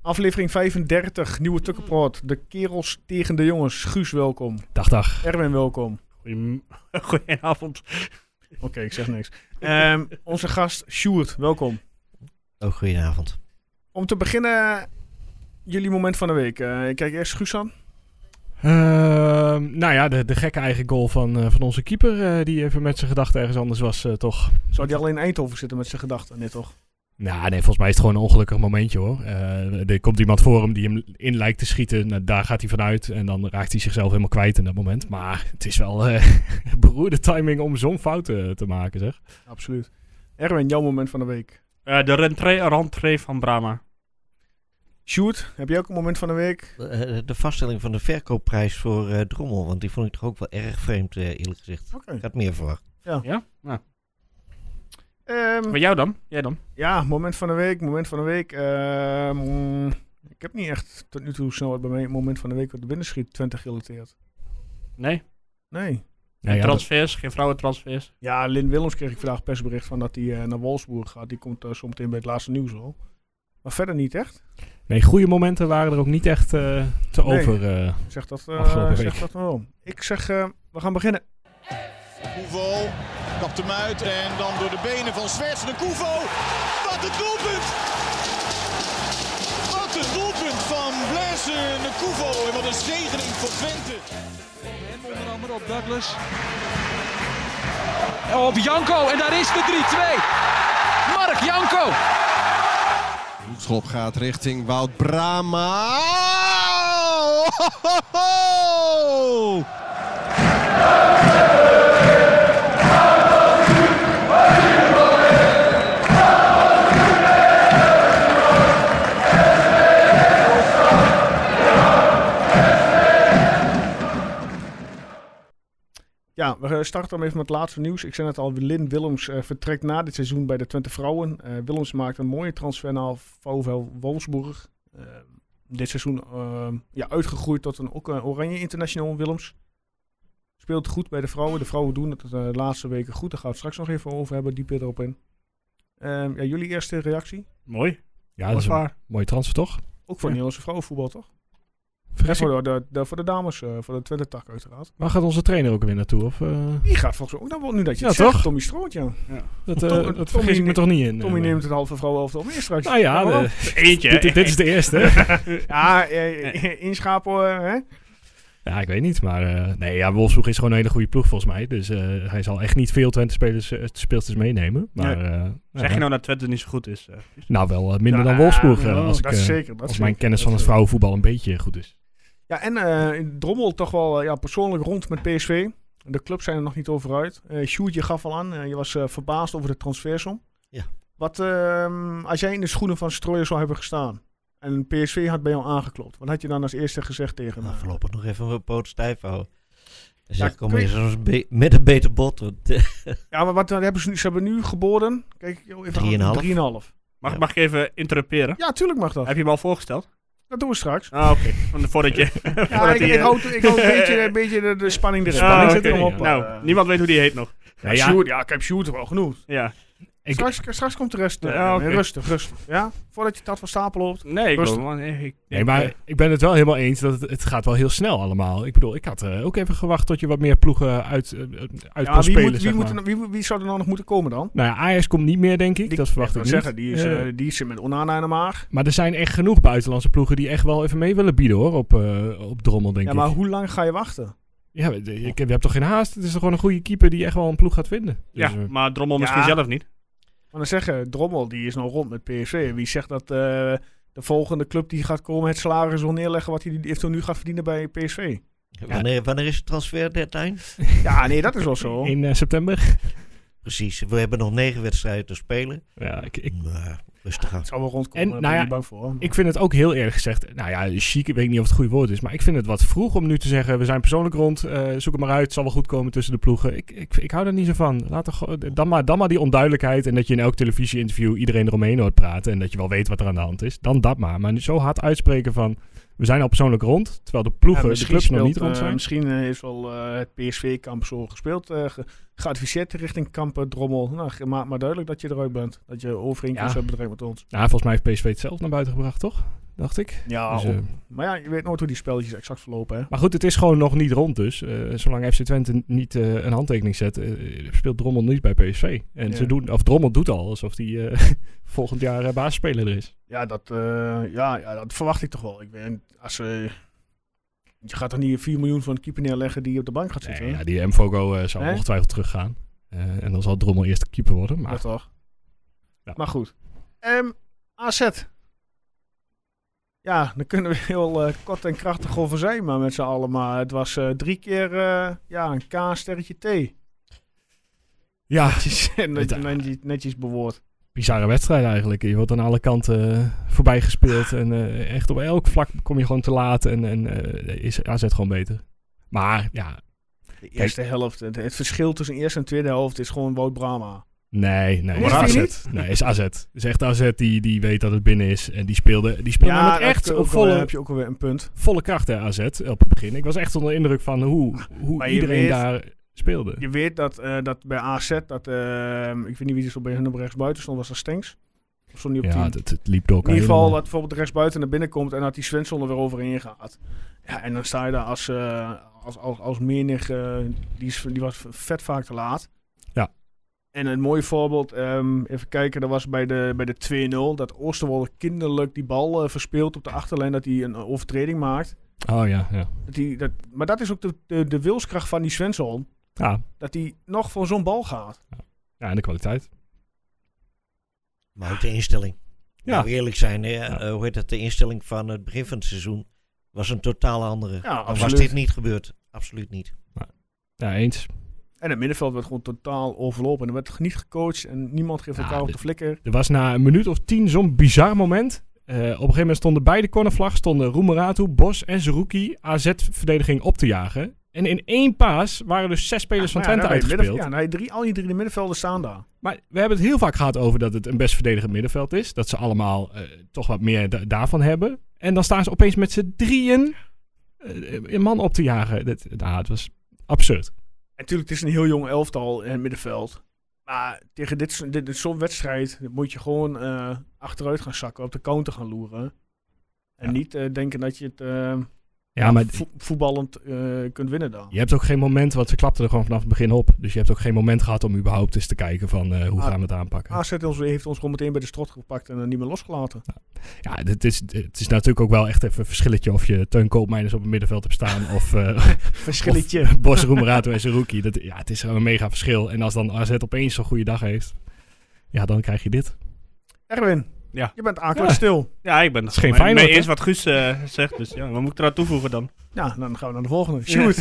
Aflevering 35, nieuwe Tukkenproot. De kerels tegen de jongens. Guus, welkom. Dag. Erwin, welkom. Goedenavond. Oké, ik zeg niks. Onze gast Sjoerd, welkom. Oh, goedenavond. Om te beginnen, jullie moment van de week. Kijk eerst Guus aan. De gekke eigen goal van onze keeper. Die even met zijn gedachten ergens anders was, toch? Zou die al in Eindhoven zitten met zijn gedachten? Nee, toch? Nou, nee, volgens mij is het gewoon een ongelukkig momentje, hoor. Er komt iemand voor hem die hem in lijkt te schieten. Nou, daar gaat hij vanuit. En dan raakt hij zichzelf helemaal kwijt in dat moment. Maar het is wel beroerde timing om zo'n fout te maken, zeg. Absoluut. Erwin, jouw moment van de week. De rentree van Brahma. Sjoerd, heb jij ook een moment van de week? De vaststelling van de verkoopprijs voor Drommel. Want die vond ik toch ook wel erg vreemd, eerlijk gezegd. Oké. Ik had meer verwacht. Ja? Nou. Maar jou dan? Jij dan? Ja, moment van de week. Ik heb niet echt tot nu toe snel bij mij een moment van de week wat de binnenschiet 20 gerelateerd. Nee? Nee. Geen transfers, geen vrouwentransfers? Ja, Lynn Willems kreeg ik vandaag persbericht van dat hij naar Wolfsburg gaat. Die komt zo meteen bij het laatste nieuws al. Maar verder niet echt. Nee, goede momenten waren er ook niet echt te over. Zeg dat wel. Ik zeg, we gaan beginnen. Koevo kapt hem uit en dan door de benen van Zwerts de Koevo. Wat een doelpunt! Wat een doelpunt van Blaise de Koevo en wat een zegening voor Twente. En onder andere op Douglas. Op Janko en daar is de 3-2. Mark Janko. Schop gaat richting Wout Brama. Ja, we starten dan even met het laatste nieuws. Ik zei net al, Lynn Willems vertrekt na dit seizoen bij de Twente Vrouwen. Willems maakt een mooie transfer naar VfL Wolfsburg. Dit seizoen uitgegroeid tot een Oranje International Willems. Speelt goed bij de vrouwen. De vrouwen doen het de laatste weken goed. Daar gaan we het straks nog even over hebben, dieper erop in. Jullie eerste reactie? Mooi. Ja, dat is een mooie transfer, toch? Ook voor het Nederlandse vrouwenvoetbal, toch? Verrassing. Voor de dames, voor de Twente tak uiteraard. Waar gaat onze trainer ook weer naartoe? Of, Die gaat volgens mij ook dan wel, nu dat je ja, het zegt, toch? Tommy Stroot, ja. Dat vergis ik me toch niet in. Tommy neemt het halve vrouwenelftal meer straks. Nou ja, eentje. Dit is de eerste. Ja, inschapen, hè? Ja, ik weet niet. Maar Wolfsburg is gewoon een hele goede ploeg volgens mij. Dus hij zal echt niet veel Twente-speelsters meenemen. Maar, zeg je nou dat Twente niet zo goed is? Nou, wel minder dan Wolfsburg. Als mijn kennis van het vrouwenvoetbal een beetje goed is. Ja, en Drommel toch wel persoonlijk rond met PSV. De clubs zijn er nog niet over uit. Sjoerd, je gaf al aan. Je was verbaasd over de transfersom. Ja. Wat, als jij in de schoenen van Strooijer zou hebben gestaan en PSV had bij jou aangeklopt, wat had je dan als eerste gezegd tegen hem? Voorlopig nog even mijn poot stijf houden. Dus Ja, kom je soms met een beter bod. Ja, maar wat hebben ze hebben nu geboden? Kijk, even 3,5. Mag ik even interruperen? Ja, tuurlijk mag dat. Heb je hem al voorgesteld? Dat doen we straks. Ah, oké. Voordat je... Ja, ik houd een beetje de spanning erin. Spanning zit erom op. Nou, niemand weet hoe die heet nog. Sjoerd, ik heb Sjoerd wel genoeg. Ja. Straks komt de rest. Okay. Rustig. Ja? Voordat je dat van stapel loopt. Nee, maar ik ben het wel helemaal eens dat het gaat wel heel snel allemaal. Ik bedoel, ik had ook even gewacht tot je wat meer ploegen uit kon spelen. Wie zou er nou nog moeten komen dan? Nou ja, Ajax komt niet meer, denk ik. Dat verwacht ik niet. Zeggen, die zit met Onana in de maag. Maar er zijn echt genoeg buitenlandse ploegen die echt wel even mee willen bieden, hoor, op Drommel, denk ik. Ja, maar hoe lang ga je wachten? Ja, je hebt toch geen haast? Het is toch gewoon een goede keeper die echt wel een ploeg gaat vinden. Dus, ja, maar Drommel misschien zelf niet. Maar dan zeggen, Drommel die is nou rond met PSV. Wie zegt dat de volgende club die gaat komen het salaris wil neerleggen wat hij eventueel nu gaat verdienen bij PSV? Wanneer is het transfer deadline? Ja, nee, dat is wel zo. In september. Precies, we hebben nog 9 wedstrijden te spelen. Ja, rustig aan. Het zal wel rondkomen, daar ben ik bang voor. Ik vind het ook heel eerlijk gezegd, nou ja, chic, ik weet niet of het goede woord is, maar ik vind het wat vroeg om nu te zeggen, we zijn persoonlijk rond, zoek het maar uit, het zal wel goed komen tussen de ploegen. Ik hou daar niet zo van. Dan maar die onduidelijkheid en dat je in elk televisie-interview iedereen eromheen hoort praten en dat je wel weet wat er aan de hand is. Dan dat maar. Maar nu zo hard uitspreken van, we zijn al persoonlijk rond, terwijl de ploegen, de clubs nog niet rond zijn. Misschien is wel het PSV-kamp zo gespeeld, geadviseerd richting kampen Drommel. Nou, maak maar duidelijk dat je eruit bent. Dat je overeenkomst hebt bedreigd met ons. Nou, volgens mij heeft PSV het zelf naar buiten gebracht, toch? dacht ik. Ja, Dus, maar ja, je weet nooit hoe die spelletjes exact verlopen. Hè? maar goed, het is gewoon nog niet rond dus. Zolang FC Twente niet een handtekening zet, speelt Drommel niet bij PSV. En Ja. Drommel doet al alsof hij volgend jaar basisspeler er is. Ja, dat verwacht ik toch wel. Je gaat er niet 4 miljoen voor een keeper neerleggen die op de bank gaat zitten. Nee, hè? ja, die Mvogo zou Hè? ongetwijfeld teruggaan. En dan zal Drommel eerst de keeper worden. Maar Ja, toch? Ja. Maar goed. AZ. Ja, daar kunnen we heel kort en krachtig over zijn, maar met z'n allen. Maar het was 3 keer een K-sterretje T. ja, Netjes bewoord. bizarre wedstrijd eigenlijk. Je wordt aan alle kanten voorbij gespeeld. En echt op elk vlak kom je gewoon te laat. En is AZ gewoon beter. Maar ja, De eerste helft, het verschil tussen de eerste en tweede helft is gewoon Wout Brama. Nee, Is is die AZ. niet? Nee, is AZ. Het is echt AZ die weet dat het binnen is. En die speelde namelijk echt op heb je ook alweer een punt. volle kracht, hè, AZ, op het begin. Ik was echt onder indruk van hoe Maar je iedereen weet- daar speelde. Je weet dat bij AZ, ik weet niet wie er zo bij hun op rechtsbuiten stond, was dat Stenks? Of stond die op 10? Ja, het liep door In elkaar ieder geval helemaal. dat bijvoorbeeld de rechtsbuiten naar binnen komt en dat die Svensson er weer overheen gaat. Ja, en dan sta je daar als menig, die was vet vaak te laat. Ja. En een mooi voorbeeld, even kijken, dat was bij de 2-0, dat Oosterwolde kinderlijk die bal verspeelt op de achterlijn, dat hij een overtreding maakt. Oh ja. Maar dat is ook de wilskracht van die Svensson, Ja, dat hij nog voor zo'n bal gaat. en de kwaliteit. Maar ook de instelling. Ja. Nou, eerlijk zijn, hoe heet dat? De instelling van het begin van het seizoen was een totaal andere. Ja, Dan was absoluut. dit niet gebeurd. Absoluut niet. Ja, eens. En het middenveld werd gewoon totaal overlopen. Er werd niet gecoacht en niemand geeft elkaar op de flikker. Er was na een minuut of 10 zo'n bizar moment. Op een gegeven moment stonden beide cornervlag, Roemeratu, Bos en Zerouki AZ-verdediging op te jagen. En in 1 paas waren dus 6 spelers van Twente uitgespeeld. Ja, al die 3 middenvelden staan daar. Maar we hebben het heel vaak gehad over dat het een best verdedigend middenveld is. Dat ze allemaal toch wat meer daarvan hebben. En dan staan ze opeens met z'n drieën een man op te jagen. Het was absurd. En natuurlijk, het is een heel jong elftal in het middenveld. Maar tegen zo'n wedstrijd moet je gewoon achteruit gaan zakken, op de counter gaan loeren. En niet denken dat je het Maar voetballend kunt winnen dan. je hebt ook geen moment, want ze klapten er gewoon vanaf het begin op. Dus je hebt ook geen moment gehad om überhaupt eens te kijken van hoe gaan we het aanpakken. AZ heeft ons gewoon meteen bij de strot gepakt en niet meer losgelaten. Ja, het is natuurlijk ook wel echt even een verschilletje of je Teun Koopmeiners op het middenveld hebt staan of Verschilletje. of Bos, Roemerato en Zerouki. Het is een mega verschil. En als dan AZ opeens zo'n goede dag heeft, ja, dan krijg je dit. Erwin, Ja. je bent akelig stil. Ja, ik ben het is geen mee Feyenoord, eens hè? wat Guus zegt. Dus ja, wat moet ik eraan toevoegen dan? Ja, dan gaan we naar de volgende. Shoot.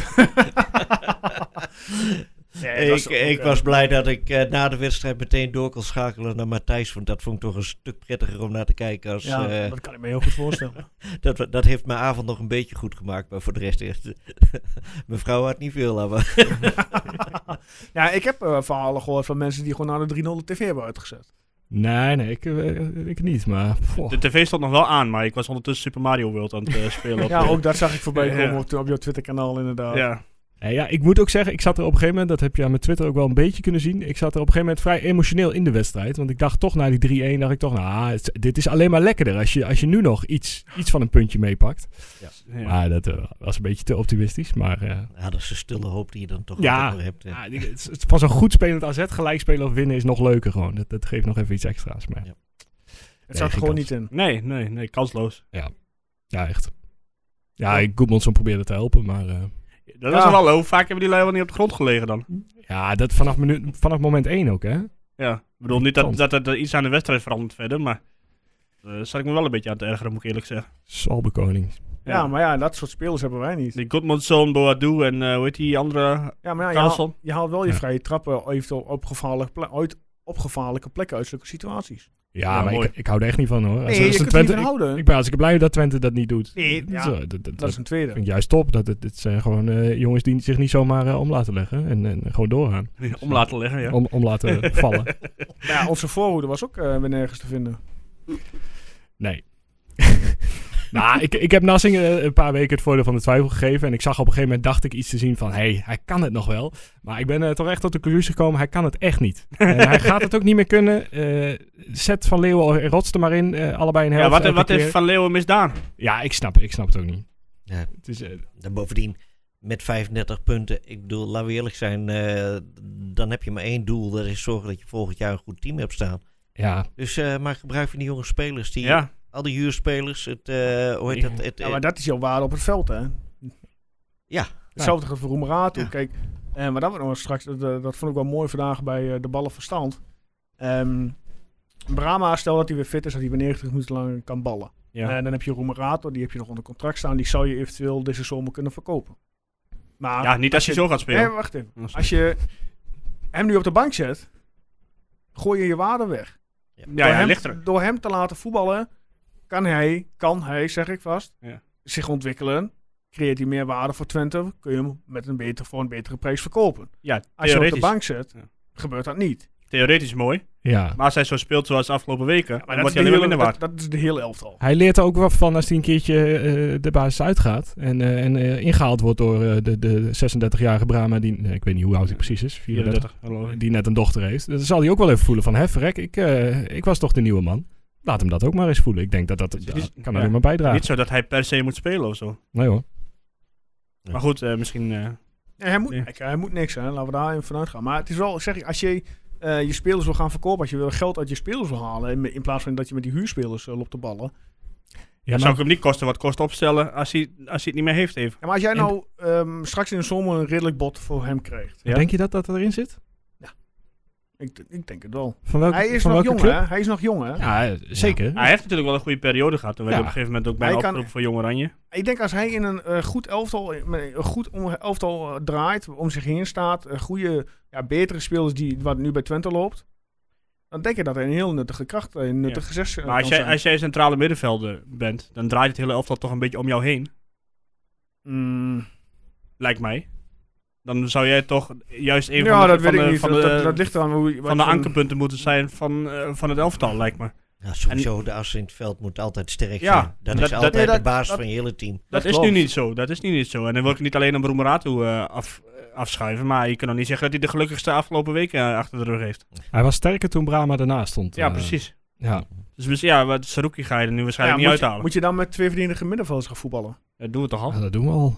Ik was blij dat ik na de wedstrijd meteen door kon schakelen naar Matthijs. Want dat vond ik toch een stuk prettiger om naar te kijken. Als, Ja, dat kan ik me heel goed voorstellen. dat heeft mijn avond nog een beetje goed gemaakt. Maar voor de rest echt... mijn vrouw had niet veel aan me. Ja, ik heb verhalen gehoord van mensen die gewoon naar de 3-0 de tv hebben uitgezet. Nee, ik niet. Maar De tv stond nog wel aan, maar ik was ondertussen Super Mario World aan het spelen. Op, Ja, ook dat zag ik voorbij komen Ja. op jouw Twitter-kanaal inderdaad. Ja. Ja, ik moet ook zeggen, ik zat er op een gegeven moment, dat heb je aan mijn Twitter ook wel een beetje kunnen zien. Ik zat er op een gegeven moment vrij emotioneel in de wedstrijd. Want ik dacht toch na die 3-1, dacht ik toch, dit is alleen maar lekkerder als je nu nog iets van een puntje meepakt. Ja. Maar dat was een beetje te optimistisch. Maar Ja, dat is een stille hoop die je dan toch Ja. altijd nog hebt. het van zo'n goed spelend AZ gelijk spelen of winnen is nog leuker gewoon. Dat geeft nog even iets extra's. Maar Ja. Het zat er geen gewoon kans. niet in. Nee, kansloos. Ja, echt. Ja, Goedmanson probeerde te helpen, maar Dat was wel. Hoe vaak hebben die lui wel niet op de grond gelegen dan? ja, dat vanaf moment 1 ook, hè? Ja, ik bedoel niet dat er iets aan de wedstrijd verandert verder, maar zat ik me wel een beetje aan te ergeren, moet ik eerlijk zeggen. Salbekoning. Ja, maar ja, dat soort spelers hebben wij niet. Die Goodmanson, Boadu en hoe heet die andere? Ja, maar ja, Carlson. je haalt wel je Ja. vrije trappen eventueel op gevaarlijke plekken uit zulke situaties. Ja, Ja, maar mooi. ik hou er echt niet van, hoor. Nee, je kunt er niet van houden. Ik ben hartstikke blij dat Twente dat niet doet. Nee, ja, Zo, dat is een tweede. vind ik juist top. Het zijn gewoon jongens die zich niet zomaar om laten leggen. En gewoon doorgaan. Om laten liggen, ja. Om laten vallen. Maar ja, onze voorhoede was ook weer nergens te vinden. Nee. Nou, ik heb Nassing een paar weken het voordeel van de twijfel gegeven. En ik zag op een gegeven moment, dacht ik iets te zien van... hij kan het nog wel. Maar ik ben toch echt tot de conclusie gekomen, hij kan het echt niet. En hij gaat het ook niet meer kunnen. Zet Van Leeuwen en Rots er maar in. Allebei een helft. Ja, wat heeft Van Leeuwen misdaan? Ja, ik snap het ook niet. Ja. Het is, Bovendien, met 35 punten, ik bedoel, laten we eerlijk zijn, dan heb je maar één doel. Dat is zorgen dat je volgend jaar een goed team hebt staan. ja, Dus maak gebruik van die jonge spelers. Ja. Al die huurspelers, Maar dat is jouw waarde op het veld, hè? Ja. Hetzelfde geldt voor Roemerato. Ja. Kijk, maar dat wordt nog straks, dat vond ik wel mooi vandaag bij de ballen verstand. Brahma, stel dat hij weer fit is, dat hij weer 90 minuten lang kan ballen. Ja. En dan heb je Roemerato, die heb je nog onder contract staan. Die zou je eventueel deze zomer kunnen verkopen. Maar Ja, niet als je zo gaat spelen. Nee, wacht even. Als je hem nu op de bank zet, gooi je je waarde weg. Ja, ligt er. Door hem te laten voetballen, kan hij, zeg ik vast, zich ontwikkelen. Creëert hij meer waarde voor Twente, kun je hem voor een betere prijs verkopen. Ja, Als je hem op de theoretisch. bank zet, gebeurt dat niet. Theoretisch mooi. ja. Maar als hij zo speelt zoals de afgelopen weken, Maar dan wordt dat, hij is alleen de maar hele, minder waard. dat is de hele elftal. Hij leert er ook wel van als hij een keertje de basis uitgaat. En ingehaald wordt door de 36-jarige Brahma. Ik weet niet hoe oud hij precies is. 34. 34. Die net een dochter heeft. Dan zal hij ook wel even voelen van... verrek, ik was toch de nieuwe man. Laat hem dat ook maar eens voelen. Ik denk dat kan alleen maar bijdragen. Niet zo dat hij per se moet spelen of zo. Nee hoor. Ja. Maar goed, misschien... Ja, hij moet niks, hè. Laten we daar even vanuit gaan. Maar het is wel, zeg ik, als je je spelers wil gaan verkopen, als je wil geld uit je spelers wil halen, in plaats van dat je met die huurspelers loopt te ballen. Dan zou ik hem niet kosten wat kost opstellen als hij het niet meer heeft even. Ja, maar als jij nou straks in de zomer een redelijk bod voor hem krijgt. Ja. Denk je dat erin zit? Ik denk het wel. Van welke, Hij is van nog welke jong, club? hè? Hij is nog jong, hè? Ja, zeker. Hij heeft natuurlijk wel een goede periode gehad. Toen werd Ja. hij op een gegeven moment ook bijna Hij kan- opgeroepen voor Jong Oranje. Ik denk als hij in een goed elftal, draait, om zich heen staat, goede, betere spelers wat nu bij Twente loopt, dan denk ik dat hij een heel nuttige kracht, een nuttige zes Maar als jij centrale middenvelder bent, dan draait het hele elftal toch een beetje om jou heen. Lijkt mij. Dan zou jij toch juist een van de, dat weet ik niet. van Dat ligt eraan hoe van de ankerpunten moeten zijn van het elftal, lijkt me. Ja, sowieso, de as in het veld moet altijd sterk Ja, zijn. Dat dat- is dat- altijd dat- de basis dat- van je hele team. Dat is klopt. nu niet zo. Dat is nu niet zo. En dan wil ik niet alleen een Roemerato afschuiven, maar je kan nog niet zeggen dat hij de gelukkigste afgelopen weken achter de rug heeft. Hij was sterker toen Brahma ernaast stond. Ja, precies. Ja. Dus wat Saruki ga je er nu waarschijnlijk niet uithalen. Moet je dan met twee verdedigende middenvelders gaan voetballen? Dat doen we toch al? Ja, dat doen we al.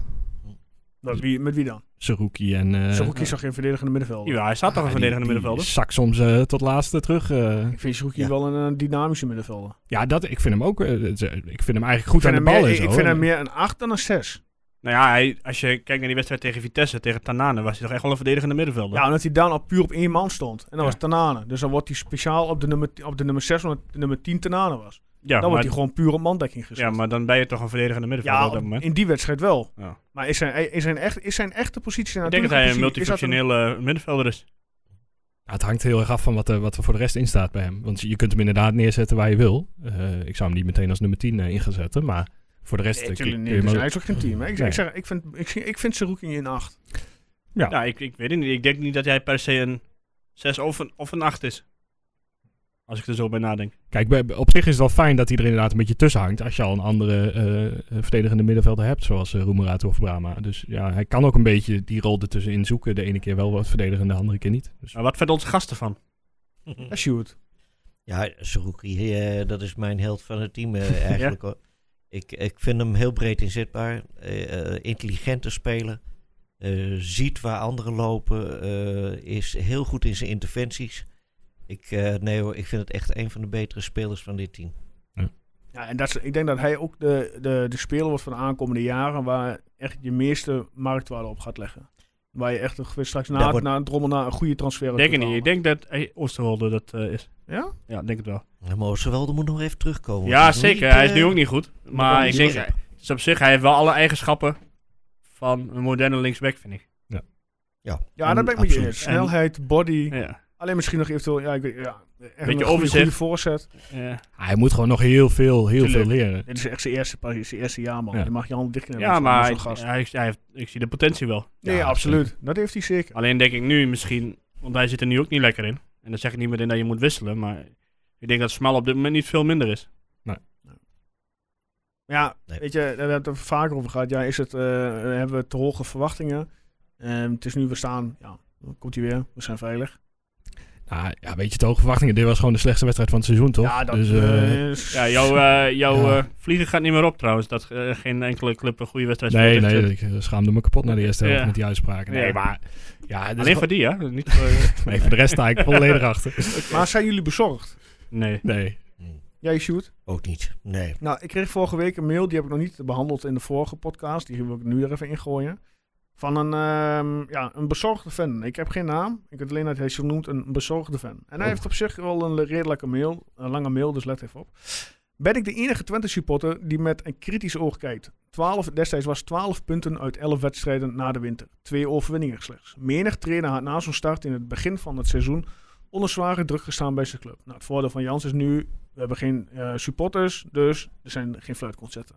Met wie dan? Seruki en... Saruki is toch geen verdedigende middenvelder? Ja, hij staat toch een verdedigende middenvelder? Zak soms tot laatste terug. Ik vind Saruki wel een dynamische middenvelder. Ja, ik vind hem ook... ik vind hem eigenlijk goed aan de bal en zo. Ik vind hem meer een 8 dan een 6. Nou ja, als je kijkt naar die wedstrijd tegen Vitesse, tegen Tanane, was hij toch echt wel een verdedigende middenvelder. Ja, omdat hij dan puur op één man stond. En dat Ja. was Tanane. Dus dan wordt hij speciaal op de nummer 6, omdat de nummer 10 Tanane was. ja, Dan wordt hij gewoon puur op mandekking gezet. ja, maar dan ben je toch een verdedigende middenvelder op dat moment. in die wedstrijd wel. Ja. Maar is zijn echte positie... Ik denk dat hij een multifunctionele middenvelder is. Ja, het hangt heel erg af van wat er voor de rest in staat bij hem. Want je kunt hem inderdaad neerzetten waar je wil. Ik zou hem niet meteen als nummer 10 in gaan zetten, maar voor de rest... Nee, natuurlijk kun je niet. Dus hem hij is ook geen team. Hè? Nee. Ik vind Saruki een 8. Ja, ik weet het niet. Ik denk niet dat hij per se een 6 of een 8 is. Als ik er zo bij nadenk. Kijk, op zich is het wel fijn dat hij er inderdaad een beetje tussen hangt. Als je al een andere verdedigende middenvelder hebt, zoals Roemerato of Brahma. Dus ja, hij kan ook een beetje die rol ertussenin zoeken. De ene keer wel wat verdedigen, de andere keer niet. Dus. Maar wat vindt onze gasten van? Shoot. Ja, Saruki, dat is mijn held van het team eigenlijk. Hoor. Ik vind hem heel breed inzetbaar. Intelligente speler. Ziet waar anderen lopen. Is heel goed in zijn interventies. Ik vind het echt een van de betere spelers van dit team. Ja, en ik denk dat hij ook de speler wordt van de aankomende jaren waar echt je meeste marktwaarde op gaat leggen. Waar je echt straks na een drommel naar een goede transfer Denk ik niet. Ik denk dat Oosterwolde dat is. Ja? Ja, denk het wel. Maar Oosterwolde moet nog even terugkomen. Ja, Het is zeker. niet, Hij is nu ook niet goed. Maar niet ik denk, scherp. dus op zich, hij heeft wel alle eigenschappen van een moderne linksback, vind ik. Ja, dat ben ik met je absoluut. eens. Snelheid, body. Ja. Alleen misschien nog eventueel, echt Beetje een overzicht. goede voorzet. Ja. Hij moet gewoon nog heel veel leren. Dit is echt zijn eerste jaar, man. Ja. Je mag je handen dichtknippen. Ja, maar zo'n gast. ik zie de potentie wel. Nee, Ja, absoluut. Dat heeft hij zeker. Alleen denk ik nu misschien, want hij zit er nu ook niet lekker in. En dan zeg ik niet meteen dat je moet wisselen, maar ik denk dat Smal op dit moment niet veel minder is. Ja, Nee. weet je, daar hebben we het er vaker over gehad. Ja, hebben we te hoge verwachtingen? Het is nu, we staan, dan komt hij weer. We zijn veilig. Nou, ja, weet je, te hoge verwachtingen. Dit was gewoon de slechtste wedstrijd van het seizoen, toch? Ja, dat dus, is... Ja, jouw vliegen gaat niet meer op trouwens. Dat geen enkele club een goede wedstrijd nee, speelt. ik schaamde me kapot na de eerste helft Ja. met die uitspraken. Nee, Ja. maar... Ja, Alleen voor die, hè? Niet voor, nee, voor de rest sta ik volledig achter. Maar zijn jullie bezorgd? nee. Nee. Jij, Sjoerd? Ook niet. Nee. Nou, ik kreeg vorige week een mail, die heb ik nog niet behandeld in de vorige podcast. Die wil ik nu er even ingooien. Van een bezorgde fan. Ik heb geen naam. Ik weet alleen dat hij zo noemt een bezorgde fan. En hij heeft op zich wel een redelijke mail. Een lange mail, dus let even op. Ben ik de enige Twente supporter die met een kritisch oog kijkt. Destijds was 12 punten uit 11 wedstrijden na de winter. 2 overwinningen slechts. Menig trainer had na zo'n start in het begin van het seizoen onder zware druk gestaan bij zijn club. Nou, het voordeel van Jans is nu, we hebben geen supporters, dus er zijn geen fluitconcerten.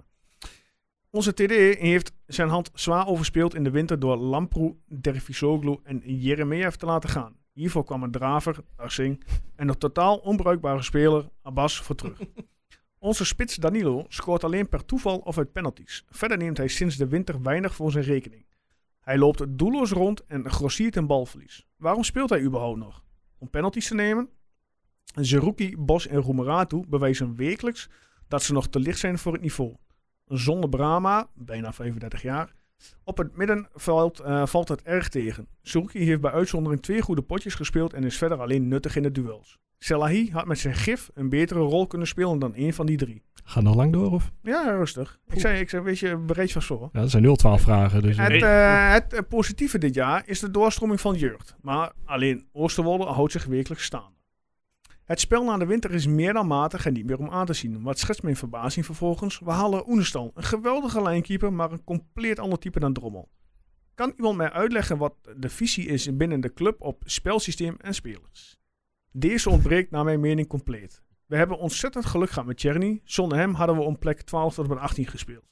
Onze TD heeft zijn hand zwaar overspeeld in de winter door Lamproe, Dervisoglu en Jeremejeff te laten gaan. Hiervoor kwam een draver, Arsing, en een totaal onbruikbare speler, Abbas, voor terug. Onze spits Danilo scoort alleen per toeval of uit penalties. Verder neemt hij sinds de winter weinig voor zijn rekening. Hij loopt doelloos rond en grossiert in balverlies. Waarom speelt hij überhaupt nog? Om penalties te nemen? Zerouki, Bos en Roemeratu bewijzen wekelijks dat ze nog te licht zijn voor het niveau. Zonder Brahma, bijna 35 jaar, op het middenveld valt het erg tegen. Zerouki heeft bij uitzondering 2 goede potjes gespeeld en is verder alleen nuttig in de duels. Selahi had met zijn gif een betere rol kunnen spelen dan een van die 3. Gaat nog lang door, of? Ja, rustig. Ik zei, weet je, bereid je voor. Ja, dat zijn 0-12 vragen. Dus, Het positieve dit jaar is de doorstroming van jeugd. Maar alleen Oosterwolde houdt zich wekelijks staande. Het spel na de winter is meer dan matig en niet meer om aan te zien. Wat schetst mijn verbazing vervolgens? We halen Oenestal, een geweldige lijnkeeper, maar een compleet ander type dan Drommel. Kan iemand mij uitleggen wat de visie is binnen de club op spelsysteem en spelers? Deze ontbreekt naar mijn mening compleet. We hebben ontzettend geluk gehad met Tjerni. Zonder hem hadden we om plek 12 tot en met 18 gespeeld.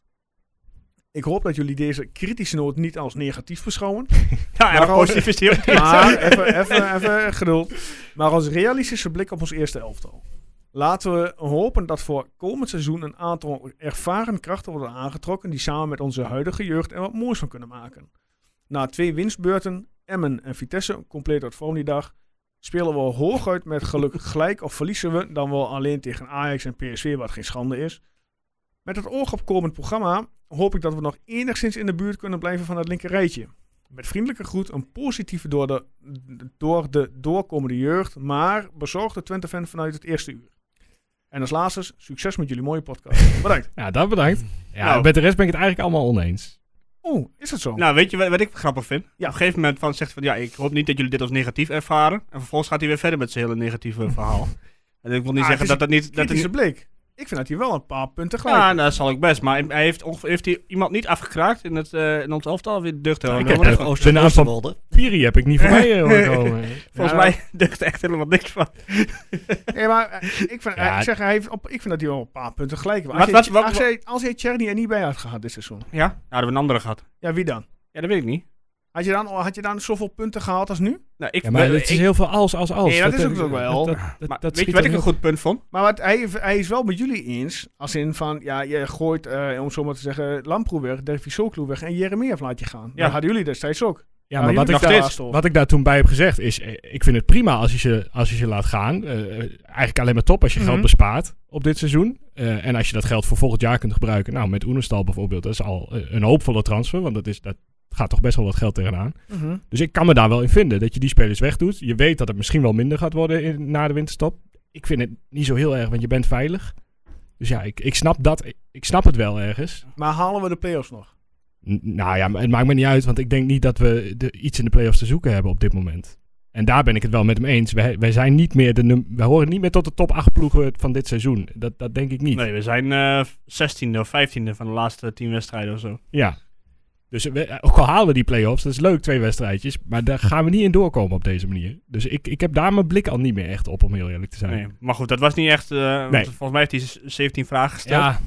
Ik hoop dat jullie deze kritische noot niet als negatief beschouwen. Ja, Maar positief is die ook niet. Maar even geduld. Maar als realistische blik op ons eerste elftal. Laten we hopen dat voor komend seizoen een aantal ervaren krachten worden aangetrokken die samen met onze huidige jeugd er wat moois van kunnen maken. Na 2 winstbeurten, Emmen en Vitesse, compleet uit Volendam, spelen we hooguit met geluk gelijk of verliezen we dan wel alleen tegen Ajax en PSV, wat geen schande is. Met het oog op komend programma hoop ik dat we nog enigszins in de buurt kunnen blijven van het linkerrijtje. Met vriendelijke groet een positieve door de doorkomende jeugd, maar bezorgde Twente-fan vanuit het eerste uur. En als laatste, succes met jullie mooie podcast. Bedankt. ja, dat bedankt. Ja, Nou. met de rest ben ik het eigenlijk allemaal oneens. Oeh, is het zo? Nou, weet je wat ik grappig vind? Ja. Op een gegeven moment zegt van, ja, ik hoop niet dat jullie dit als negatief ervaren. En vervolgens gaat hij weer verder met zijn hele negatieve verhaal. En ik wil niet zeggen dat dat niet... Kritische blik. Ik vind dat hij wel een paar punten gelijk Ja, heeft. nou, dat zal ik best. Maar hij heeft hij iemand niet afgekraakt in ons elftal? Weer deugd ik helemaal heb niks er- van. de naam van Oosterwolde. Piri heb ik niet voorbij horen komen. Volgens mij deugt er echt helemaal niks van. Nee, maar ik vind, Ja, ik vind dat hij wel een paar punten gelijk heeft. Wat- Als hij Tjerni er niet bij had gehad dit seizoen. Ja? Nou, hadden we een andere gehad. Ja, wie dan? Ja, dat weet ik niet. Had je dan zoveel punten gehaald als nu? Nou, Ja, maar het is heel veel als. Nee, dat is ook wel. maar dat weet je schiet wat ik er een goed punt vond? Maar hij is wel met jullie eens. Als in van, ja, je gooit, om zo maar te zeggen, Lamproe weg, Dervisoglu weg en Jeremejeff laat je gaan. Ja. Dat hadden jullie destijds ook. Ja, maar jullie wat ik daar toen bij heb gezegd is, ik vind het prima als je ze laat gaan. Eigenlijk alleen maar top als je geld bespaart op dit seizoen. En als je dat geld voor volgend jaar kunt gebruiken. Nou, met Oenestal bijvoorbeeld, dat is al een hoopvolle transfer. Want dat gaat toch best wel wat geld tegenaan. Dus ik kan me daar wel in vinden, dat je die spelers wegdoet. Je weet dat het misschien wel minder gaat worden na de winterstop. Ik vind het niet zo heel erg, want je bent veilig. Dus ja, ik snap dat. Ik snap het wel ergens. Maar halen we de play-offs nog? Nou ja, maar het maakt me niet uit, want ik denk niet dat we iets in de play-offs te zoeken hebben op dit moment. En daar ben ik het wel met hem eens. Wij zijn niet meer wij horen niet meer tot de top 8 ploegen van dit seizoen. Dat denk ik niet. Nee, we zijn 16e of 15e van de laatste 10 wedstrijden of zo. Ja. Dus ook al halen we die play-offs, dat is leuk, 2 wedstrijdjes. Maar daar gaan we niet in doorkomen op deze manier. Dus ik heb daar mijn blik al niet meer echt op, om heel eerlijk te zijn. Nee, maar goed, dat was niet echt... want volgens mij heeft hij 17 vragen gesteld. Ja,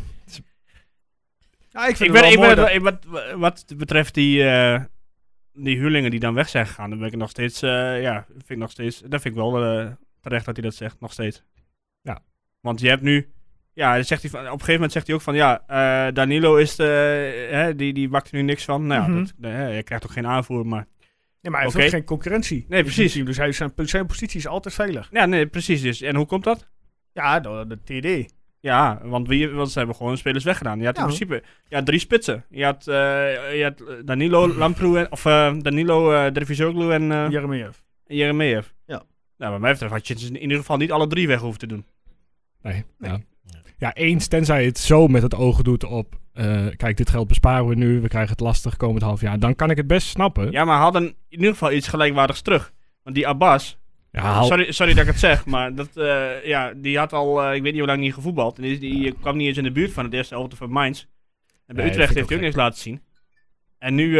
Ja, ik vind het wel mooi dat... Wat betreft die huurlingen die dan weg zijn gegaan, dan ben ik nog steeds... dat vind ik wel terecht dat hij dat zegt, nog steeds. Ja. Want je hebt nu Ja, dan zegt hij op een gegeven moment zegt hij ook van Danilo is die bakt er nu niks van. Nou ja, hij krijgt ook geen aanvoer, maar... Nee, maar hij heeft ook geen concurrentie. Nee, precies. Dus zijn positie is altijd veilig. Ja, nee, precies dus. En hoe komt dat? Ja, door de TD. Ja, want ze hebben gewoon spelers weggedaan. Je had in principe 3 spitsen. Je had Danilo, Lamproe, Danilo, Dervisoglu en Jeremejeff. Ja. Nou, bij mij betreft had je in ieder geval niet alle 3 weg hoeven te doen. Nee. Ja, eens, tenzij het zo met het ogen doet op... kijk, dit geld besparen we nu, we krijgen het lastig komend half jaar. Dan kan ik het best snappen. Ja, maar hadden in ieder geval iets gelijkwaardigs terug. Want die Abbas... Ja, sorry dat ik het zeg, maar die had al, ik weet niet hoe lang niet gevoetbald. En die kwam niet eens in de buurt van het eerste elftal van Mainz. En bij Utrecht heeft hij ook niks laten zien. En nu...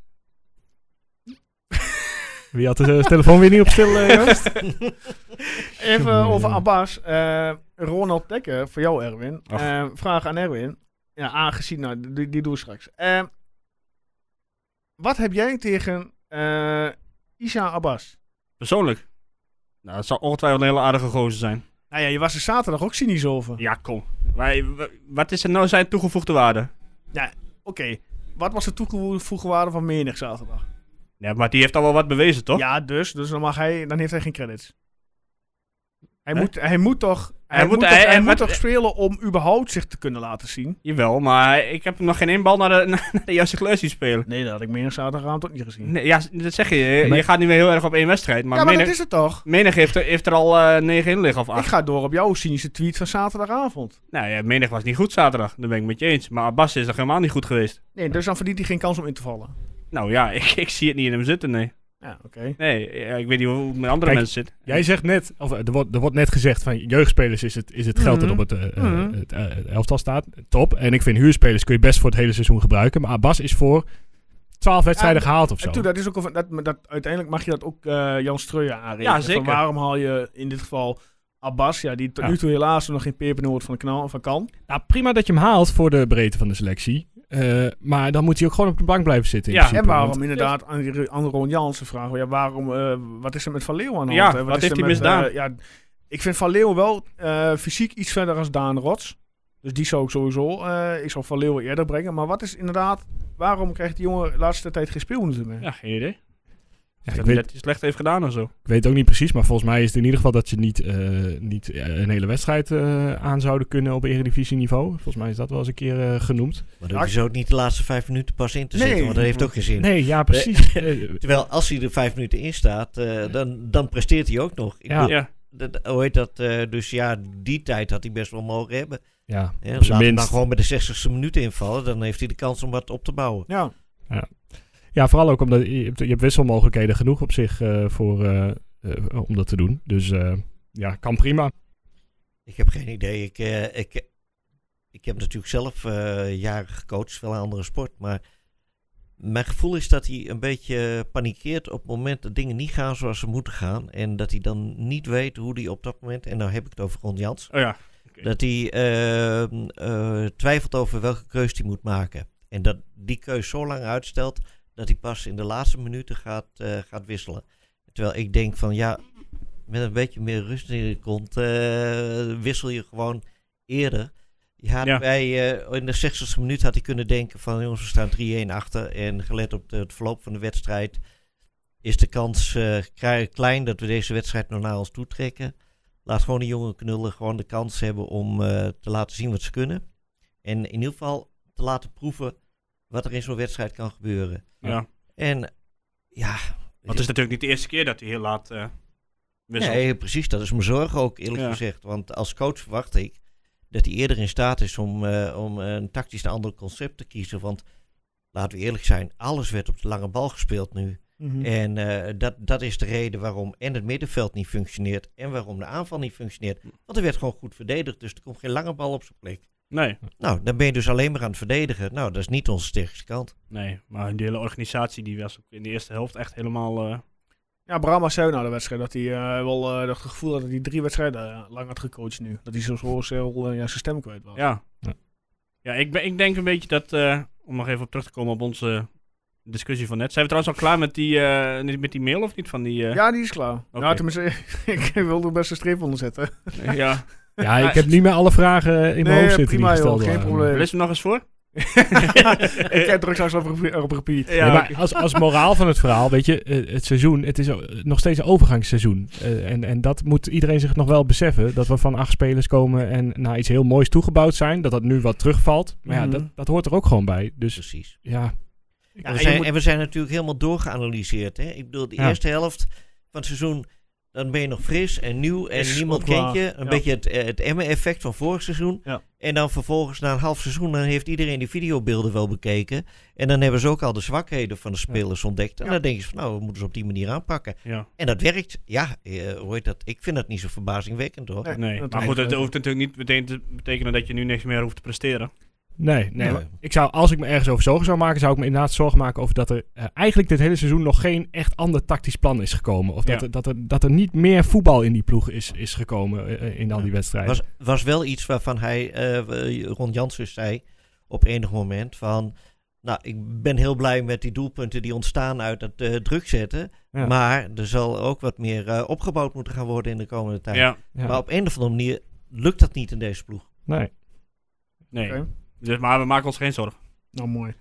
Wie had de telefoon weer niet op stil, Joost? Even over Abbas. Ronald Dekker, voor jou Erwin. Vraag aan Erwin. Ja, aangezien, die doe ik straks. Wat heb jij tegen Issa Abbas? Persoonlijk? Nou, dat zal ongetwijfeld een hele aardige gozer zijn. Nou ja, je was er zaterdag ook cynisch over. Ja, kom. Wat is er nou zijn toegevoegde waarde? Ja, oké. Wat was de toegevoegde waarde van Menig zaterdag? Ja, maar die heeft al wel wat bewezen, toch? Ja, dus dan heeft hij geen credits. Hij moet toch spelen om überhaupt zich te kunnen laten zien. Jawel, maar ik heb hem nog geen één bal naar de juiste kleur zien spelen. Nee, dat had ik Menig zaterdagavond ook niet gezien. Nee, ja, dat zeg je. Je gaat nu weer heel erg op één wedstrijd. Maar maar dat is het toch? Menig heeft er al 9 in liggen of 8. Ik ga door op jouw cynische tweet van zaterdagavond. Nou ja, Menig was niet goed zaterdag. Daar ben ik met je eens. Maar Abbas is er helemaal niet goed geweest. Nee, dus dan verdient hij geen kans om in te vallen. Nou ja, ik zie het niet in hem zitten, nee. Ja, oké. Nee, ik weet niet hoe het met andere mensen zit. Jij zegt net, of er wordt net gezegd van jeugdspelers is het geld dat op het elftal staat. Top. En ik vind huurspelers kun je best voor het hele seizoen gebruiken. Maar Abbas is voor 12 wedstrijden gehaald of zo. En dat is ook uiteindelijk mag je dat ook Jan Streuer aanrekenen. Ja, zeker. Van waarom haal je in dit geval Abbas, die tot nu toe helaas nog geen pepernoot van kan. Nou, prima dat je hem haalt voor de breedte van de selectie. Maar dan moet hij ook gewoon op de bank blijven zitten. En waarom inderdaad aan Ron Jansen vragen. Ja, waarom, wat is er met Van Leeuwen aan de hand? Ja, wat heeft hij misdaan? Ik vind Van Leeuwen wel fysiek iets verder als Daan Rots. Dus die zou ik sowieso... ik zou Van Leeuwen eerder brengen. Maar wat is inderdaad... Waarom krijgt die jongen de laatste tijd geen speelminuten meer? Ja, geen idee. Ja, dat hij het slecht heeft gedaan of zo. Ik weet ook niet precies, maar volgens mij is het in ieder geval dat je niet een hele wedstrijd aan zouden kunnen op Eredivisie-niveau. Volgens mij is dat wel eens een keer genoemd. Maar dan is ook niet de laatste 5 minuten pas in te zetten, want dat heeft ook geen zin. Nee, ja, precies. Terwijl als hij er 5 minuten in staat, dan presteert hij ook nog. Hoe heet dat? Dus ja, die tijd had hij best wel mogen hebben. Ja, laat hem dan gewoon bij de 60ste minuut invallen, dan heeft hij de kans om wat op te bouwen. Ja. Ja, vooral ook omdat je hebt wisselmogelijkheden genoeg op zich om dat te doen. Dus kan prima. Ik heb geen idee. Ik heb natuurlijk zelf jaren gecoacht, wel een andere sport. Maar mijn gevoel is dat hij een beetje panikeert op het moment dat dingen niet gaan zoals ze moeten gaan. En dat hij dan niet weet hoe hij op dat moment, en nou heb ik het over Ron Jans, okay. Dat hij twijfelt over welke keus hij moet maken. En dat die keus zo lang uitstelt dat hij pas in de laatste minuten gaat wisselen. Terwijl ik denk van met een beetje meer rust in de kont wissel je gewoon eerder. In de 60ste minuut had hij kunnen denken van jongens, we staan 3-1 achter. En gelet op het verloop van de wedstrijd is de kans klein dat we deze wedstrijd nog naar ons toe trekken. Laat gewoon de jonge knullen gewoon de kans hebben om te laten zien wat ze kunnen. En in ieder geval te laten proeven wat er in zo'n wedstrijd kan gebeuren. Ja. En Want het is natuurlijk niet de eerste keer dat hij heel laat wisselt. Nee, precies. Dat is mijn zorg ook, eerlijk gezegd. Want als coach verwacht ik dat hij eerder in staat is om een tactisch een ander concept te kiezen. Want laten we eerlijk zijn, alles werd op de lange bal gespeeld nu. Mm-hmm. En dat is de reden waarom en het middenveld niet functioneert en waarom de aanval niet functioneert. Want er werd gewoon goed verdedigd, dus er komt geen lange bal op zijn plek. Nee. Nou, dan ben je dus alleen maar aan het verdedigen. Nou, dat is niet onze sterkste kant. Nee, maar die hele organisatie die was ook in de eerste helft echt helemaal... Ja, Brahma zei na de wedstrijd dat hij wel het gevoel had dat hij 3 wedstrijden lang had gecoacht nu. Dat hij zo zijn stem kwijt was. Ja, ik denk een beetje dat, om nog even op terug te komen op onze discussie van net. Zijn we trouwens al klaar met die mail of niet? Van die, Ja, die is klaar. Okay. Ja, tenminste, ik wilde er best een streep onder zetten. Ja. Ja, ik heb niet meer alle vragen in mijn hoofd zitten die gesteld worden. Geen probleem. Lees hem nog eens voor. Ik heb druk straks op repeat. Ja, maar als moraal van het verhaal, weet je, het seizoen, het is nog steeds een overgangsseizoen. En dat moet iedereen zich nog wel beseffen, dat we van 8 spelers komen en naar iets heel moois toegebouwd zijn, dat nu wat terugvalt. Maar dat hoort er ook gewoon bij. Dus precies. Ja. En we zijn natuurlijk helemaal doorgeanalyseerd. Hè? Ik bedoel, de eerste helft van het seizoen, dan ben je nog fris en nieuw en niemand kent je. Een beetje het Emmen-effect van vorig seizoen. Ja. En dan vervolgens na een half seizoen, dan heeft iedereen die videobeelden wel bekeken. En dan hebben ze ook al de zwakheden van de spelers ontdekt. En dan denk je van, nou, we moeten ze op die manier aanpakken. Ja. En dat werkt. Ja, hoe heet dat? Ik vind dat niet zo verbazingwekkend, hoor. Nee. Maar goed, het hoeft natuurlijk niet meteen te betekenen dat je nu niks meer hoeft te presteren. Nee. Ik zou, als ik me ergens over zorgen zou maken, zou ik me inderdaad zorgen maken over dat er eigenlijk dit hele seizoen nog geen echt ander tactisch plan is gekomen. Of dat er niet meer voetbal in die ploeg is gekomen in al die wedstrijden. Was wel iets waarvan hij, Ron Jansen zei op enig moment van, nou, ik ben heel blij met die doelpunten die ontstaan uit het druk zetten. Ja. Maar er zal ook wat meer opgebouwd moeten gaan worden in de komende tijd. Ja. Maar op een of andere manier lukt dat niet in deze ploeg. Nee. Okay. Dus, maar we maken ons geen zorgen. Nou, mooi.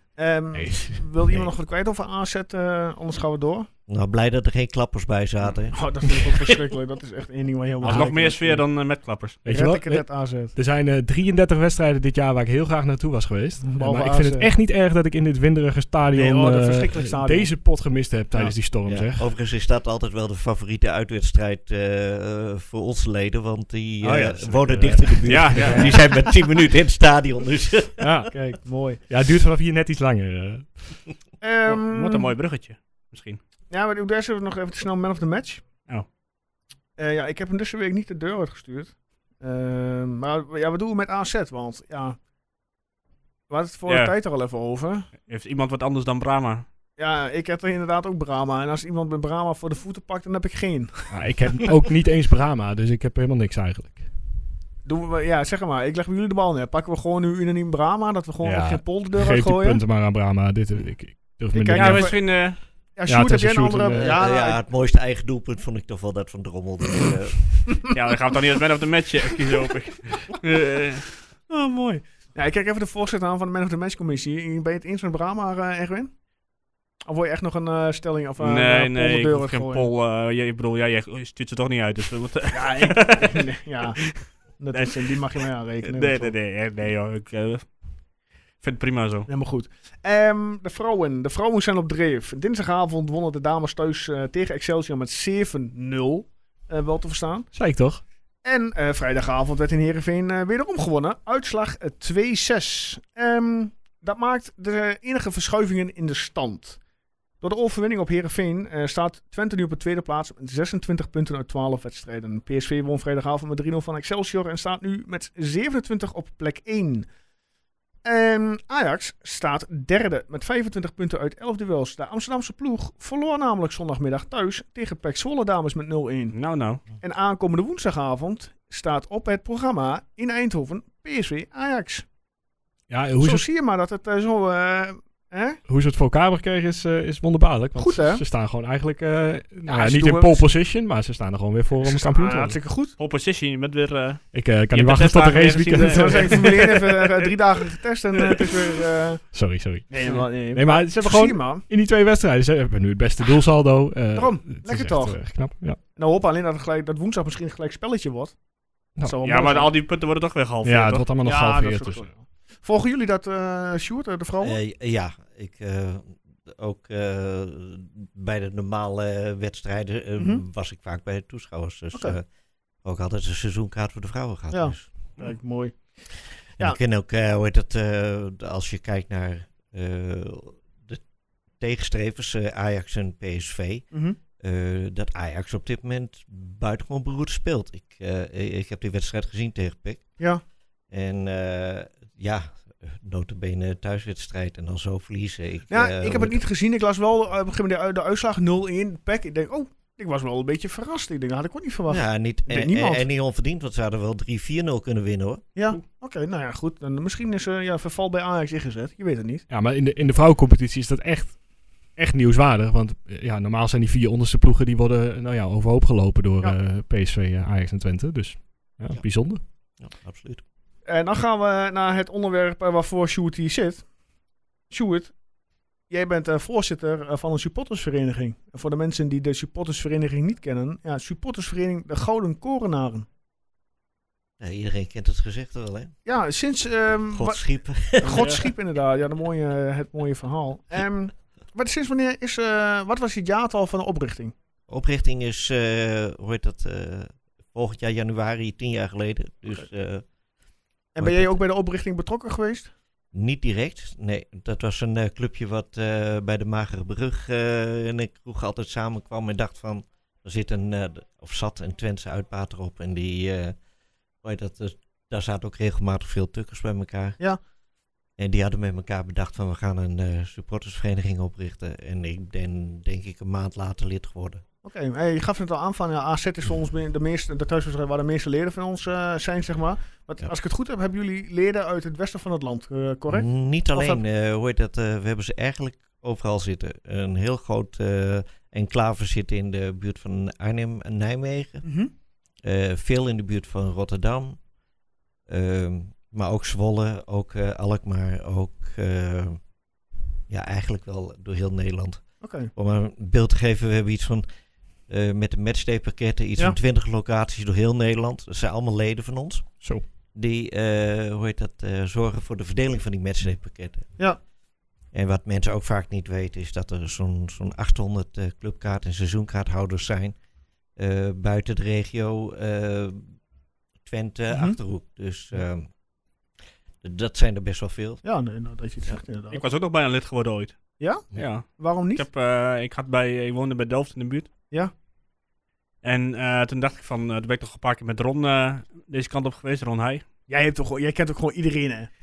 Wil iemand nog wat kwijt over AZ? Anders gaan we door. Nou, blij dat er geen klappers bij zaten. Oh, dat vind ik ook verschrikkelijk. Dat is echt één ding waar heel veel. Nog meer sfeer dan met klappers. Weet je wat? AZ. Er zijn 33 wedstrijden dit jaar waar ik heel graag naartoe was geweest. Maar ik vind het echt niet erg dat ik in dit winderige stadion deze pot gemist heb tijdens die storm. Zeg. Overigens is dat altijd wel de favoriete uitwedstrijd voor onze leden. Want die wonen dicht in de buurt. Die zijn met 10 minuten in het stadion. Dus. Ja, kijk, mooi. Ja, het duurt vanaf hier net iets langer. Wat een mooi bruggetje, misschien. Ja, maar deze nog even snel man of the match. Oh. Ik heb hem deze week niet de deur uitgestuurd. Maar ja, wat doen we met AZ? Want ja, we hadden het voor de tijd er al even over. Heeft iemand wat anders dan Brahma? Ja, ik heb er inderdaad ook Brahma. En als iemand met Brahma voor de voeten pakt, dan heb ik geen. Ja, ik heb ook niet eens Brahma, dus ik heb helemaal niks eigenlijk. Zeg maar. Ik leg bij jullie de bal neer. Pakken we gewoon nu unaniem Brahma, dat we gewoon ook geen pol de deur uitgooien? Geef die punten maar aan Brahma. Ik durf me niet. Ja, misschien... Sjoerd, heb jij een andere... het mooiste eigen doelpunt vond ik toch wel dat van Drommel. Ja, dan gaan we toch niet als man of the match kiezen, hoop ik. Oh, mooi. Ja, ik kijk even de voorzitter aan van de man of the match commissie. Ben je het eens met Brahma, Erwin? Of wil je echt nog een stelling of nee, ik hoef geen poll. Ik bedoel, jij stuurt ze toch niet uit, dus we moeten... Die mag je mij aanrekenen. Nee, joh. Ik vind het prima zo. Helemaal goed. De vrouwen zijn op dreef. Dinsdagavond wonnen de dames thuis tegen Excelsior met 7-0. Wel te verstaan. Zei ik toch? En vrijdagavond werd in Heerenveen wederom gewonnen. Uitslag 2-6. Dat maakt de enige verschuivingen in de stand. Door de overwinning op Heerenveen staat Twente nu op de tweede plaats met 26 punten uit 12 wedstrijden. PSV won vrijdagavond met 3-0 van Excelsior en staat nu met 27 op plek 1. Ajax staat derde met 25 punten uit 11 duels. De Amsterdamse ploeg verloor namelijk zondagmiddag thuis tegen PEC Zwolle dames met 0-1. Nou. En aankomende woensdagavond staat op het programma in Eindhoven PSV Ajax. Ja, zie je maar dat het zo... Hoe ze het voor elkaar gekregen is wonderbaarlijk. Want goed, hè? Ze staan gewoon eigenlijk niet in pole position, maar ze staan er gewoon weer voor om een kampioen te worden. Hartstikke goed. Pole position met weer... Ik kan niet wachten tot de raceweekend. We zijn Formule 1 even 3 dagen getest en het is weer... Sorry. Nee, maar ze hebben gewoon in die 2 wedstrijden. Ze hebben nu het beste doelsaldo. Daarom, lekker toch? Echt knap, ja. Nou hoop alleen dat woensdag misschien gelijk spelletje wordt. Maar al die punten worden toch weer gehalveerd. Ja, het wordt allemaal nog gehalveerd. Volgen jullie dat, Sjoerd, de vrouwen? Ja, ik ook bij de normale wedstrijden was ik vaak bij de toeschouwers. Dus ook altijd een seizoenkaart voor de vrouwen gehad. Ja, dus. Kijk, mooi. En ik ken ook, als je kijkt naar de tegenstrevers, Ajax en PSV, dat Ajax op dit moment buitengewoon beroerd speelt. Ik heb die wedstrijd gezien tegen PEC. Ja. En notabene thuiswedstrijd en dan zo verliezen. Ik heb het niet gezien. Ik las wel op een gegeven moment de uitslag 0-1. PEC. Ik denk, ik was wel een beetje verrast. Ik denk, dat had ik ook niet verwacht. Ja, en niet onverdiend, want ze hadden wel 3-4-0 kunnen winnen, hoor. Ja, oké, nou ja, goed. Dan misschien is verval bij Ajax ingezet. Je weet het niet. Ja, maar in de vrouwencompetitie is dat echt nieuwswaardig. Want normaal zijn die 4 onderste ploegen die worden overhoop gelopen door PSV, Ajax en Twente. Dus bijzonder. Ja, absoluut. En dan gaan we naar het onderwerp waarvoor Sjoerd hier zit. Sjoerd, jij bent voorzitter van een supportersvereniging. En voor de mensen die de supportersvereniging niet kennen. Ja, supportersvereniging De Gouden Korenaren. Ja, iedereen kent het gezegd wel, hè? Ja, sinds... God schiep. God schiep inderdaad, ja, het mooie verhaal. Sinds wanneer is... wat was het jaartal van de oprichting? Oprichting is, volgend jaar januari, 10 jaar geleden. Dus, en ben jij ook bij de oprichting betrokken geweest? Niet direct, nee. Dat was een clubje wat bij de Magere Brug in de kroeg altijd samenkwam en dacht van... Er zat een Twentse uitbater op en die... daar zaten ook regelmatig veel tukkers bij elkaar. Ja. En die hadden met elkaar bedacht van we gaan een supportersvereniging oprichten. En ik ben denk ik een maand later lid geworden. Oké, je gaf het al aan van AZ is voor ons de thuiswedstrijd waar de meeste leden van ons zijn, zeg maar. Als ik het goed heb, hebben jullie leden uit het westen van het land, correct? Niet alleen, we hebben ze eigenlijk overal zitten. Een heel groot enclave zit in de buurt van Arnhem en Nijmegen. Mm-hmm. Veel in de buurt van Rotterdam. Maar ook Zwolle, ook Alkmaar, ook eigenlijk wel door heel Nederland. Okay. Om een beeld te geven, we hebben iets van, met de matchday-pakketten, iets van 20 locaties door heel Nederland. Dat zijn allemaal leden van ons. Zo. Die, zorgen voor de verdeling van die matchday-pakketten. Ja. En wat mensen ook vaak niet weten, is dat er zo'n 800 clubkaart- en seizoenkaarthouders zijn. Buiten de regio Twente, Achterhoek. Dus dat zijn er best wel veel. Ja, nee, nou, dat je het zegt inderdaad. Ik was ook nog bijna lid geworden ooit. Ja? Ja. Waarom niet? Ik woonde bij Delft in de buurt. Ja. En toen dacht ik van, toen ben ik toch een paar keer met Ron deze kant op geweest, Ron Heij. Jij kent ook gewoon iedereen, hè?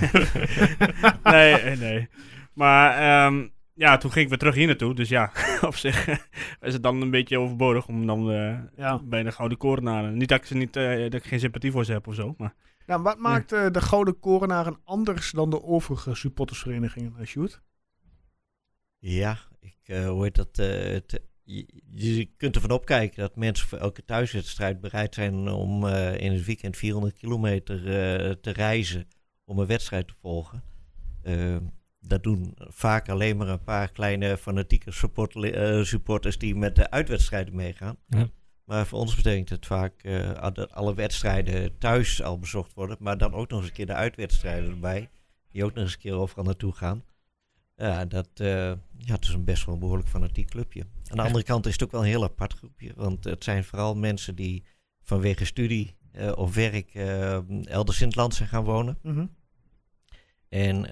Nee. Maar toen ging ik weer terug hier naartoe. Dus ja, op zich is het dan een beetje overbodig om dan bij de Gouden Korenaren. Niet dat ik geen sympathie voor ze heb of zo. Maar, nou, wat maakt de Gouden Korenaren anders dan de overige supportersverenigingen, Sjoerd? Ja, je kunt ervan opkijken dat mensen voor elke thuiswedstrijd bereid zijn om in het weekend 400 kilometer te reizen om een wedstrijd te volgen. Dat doen vaak alleen maar een paar kleine fanatieke supporters die met de uitwedstrijden meegaan. Ja. Maar voor ons betekent het vaak dat alle wedstrijden thuis al bezocht worden, maar dan ook nog eens een keer de uitwedstrijden erbij, die ook nog eens een keer overal naartoe gaan. Ja, het is een best wel behoorlijk fanatiek clubje. Aan de andere kant is het ook wel een heel apart groepje, want het zijn vooral mensen die vanwege studie of werk elders in het land zijn gaan wonen. Mm-hmm. En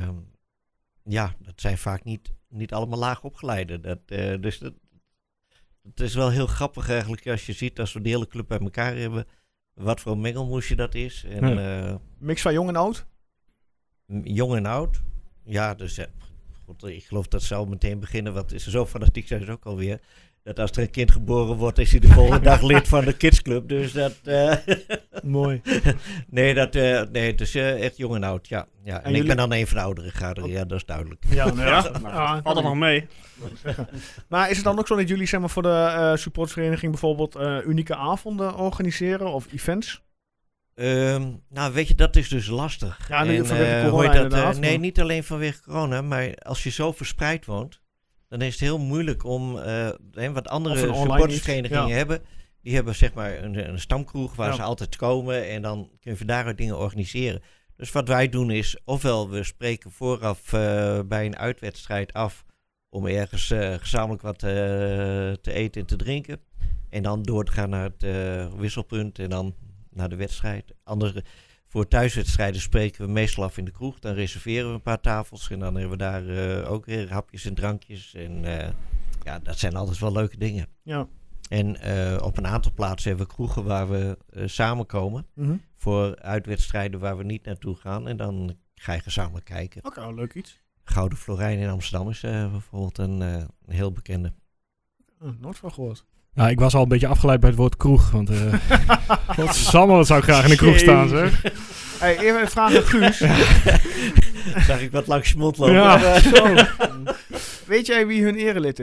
dat zijn vaak niet allemaal laag opgeleiden. Dus het is wel heel grappig eigenlijk als je ziet, als we de hele club bij elkaar hebben, wat voor een mengelmoesje dat is. En, mix van jong en oud? Jong en oud. Ja, dus ik geloof dat ze al meteen beginnen, want zo fanatiek zijn ze ook alweer. Dat als er een kind geboren wordt, is hij de volgende dag lid van de kidsclub. Dus dat... Mooi. Nee, het is echt jong en oud, ja. En ik ben dan een van de oudere gaderen, ja, dat is duidelijk. Ja, valt er nog mee. Maar is het dan ook zo dat jullie zeg maar, voor de supportersvereniging bijvoorbeeld unieke avonden organiseren of events? Weet je, dat is dus lastig. Ja, nu vanwege corona inderdaad. Nee, niet alleen vanwege corona, maar als je zo verspreid woont, dan is het heel moeilijk om, wat andere supportersverenigingen hebben. Die hebben zeg maar een stamkroeg waar ze altijd komen en dan kun je van daaruit dingen organiseren. Dus wat wij doen is, ofwel we spreken vooraf bij een uitwedstrijd af om ergens gezamenlijk wat te eten en te drinken. En dan door te gaan naar het wisselpunt en dan naar de wedstrijd. Voor thuiswedstrijden spreken we meestal af in de kroeg. Dan reserveren we een paar tafels en dan hebben we daar ook weer hapjes en drankjes. En dat zijn altijd wel leuke dingen. Ja. En op een aantal plaatsen hebben we kroegen waar we samenkomen. Mm-hmm. Voor uitwedstrijden waar we niet naartoe gaan. En dan ga je gezamenlijk kijken. Oké, leuk iets. Gouden Florijn in Amsterdam is bijvoorbeeld een heel bekende. Nooit van gehoord. Nou, ik was al een beetje afgeleid bij het woord kroeg. Want wat zou ik graag in de kroeg staan, zeg. Hey, even een vraag aan Guus. Zag ik wat langs je mond lopen. Ja. Weet jij wie hun erelid is?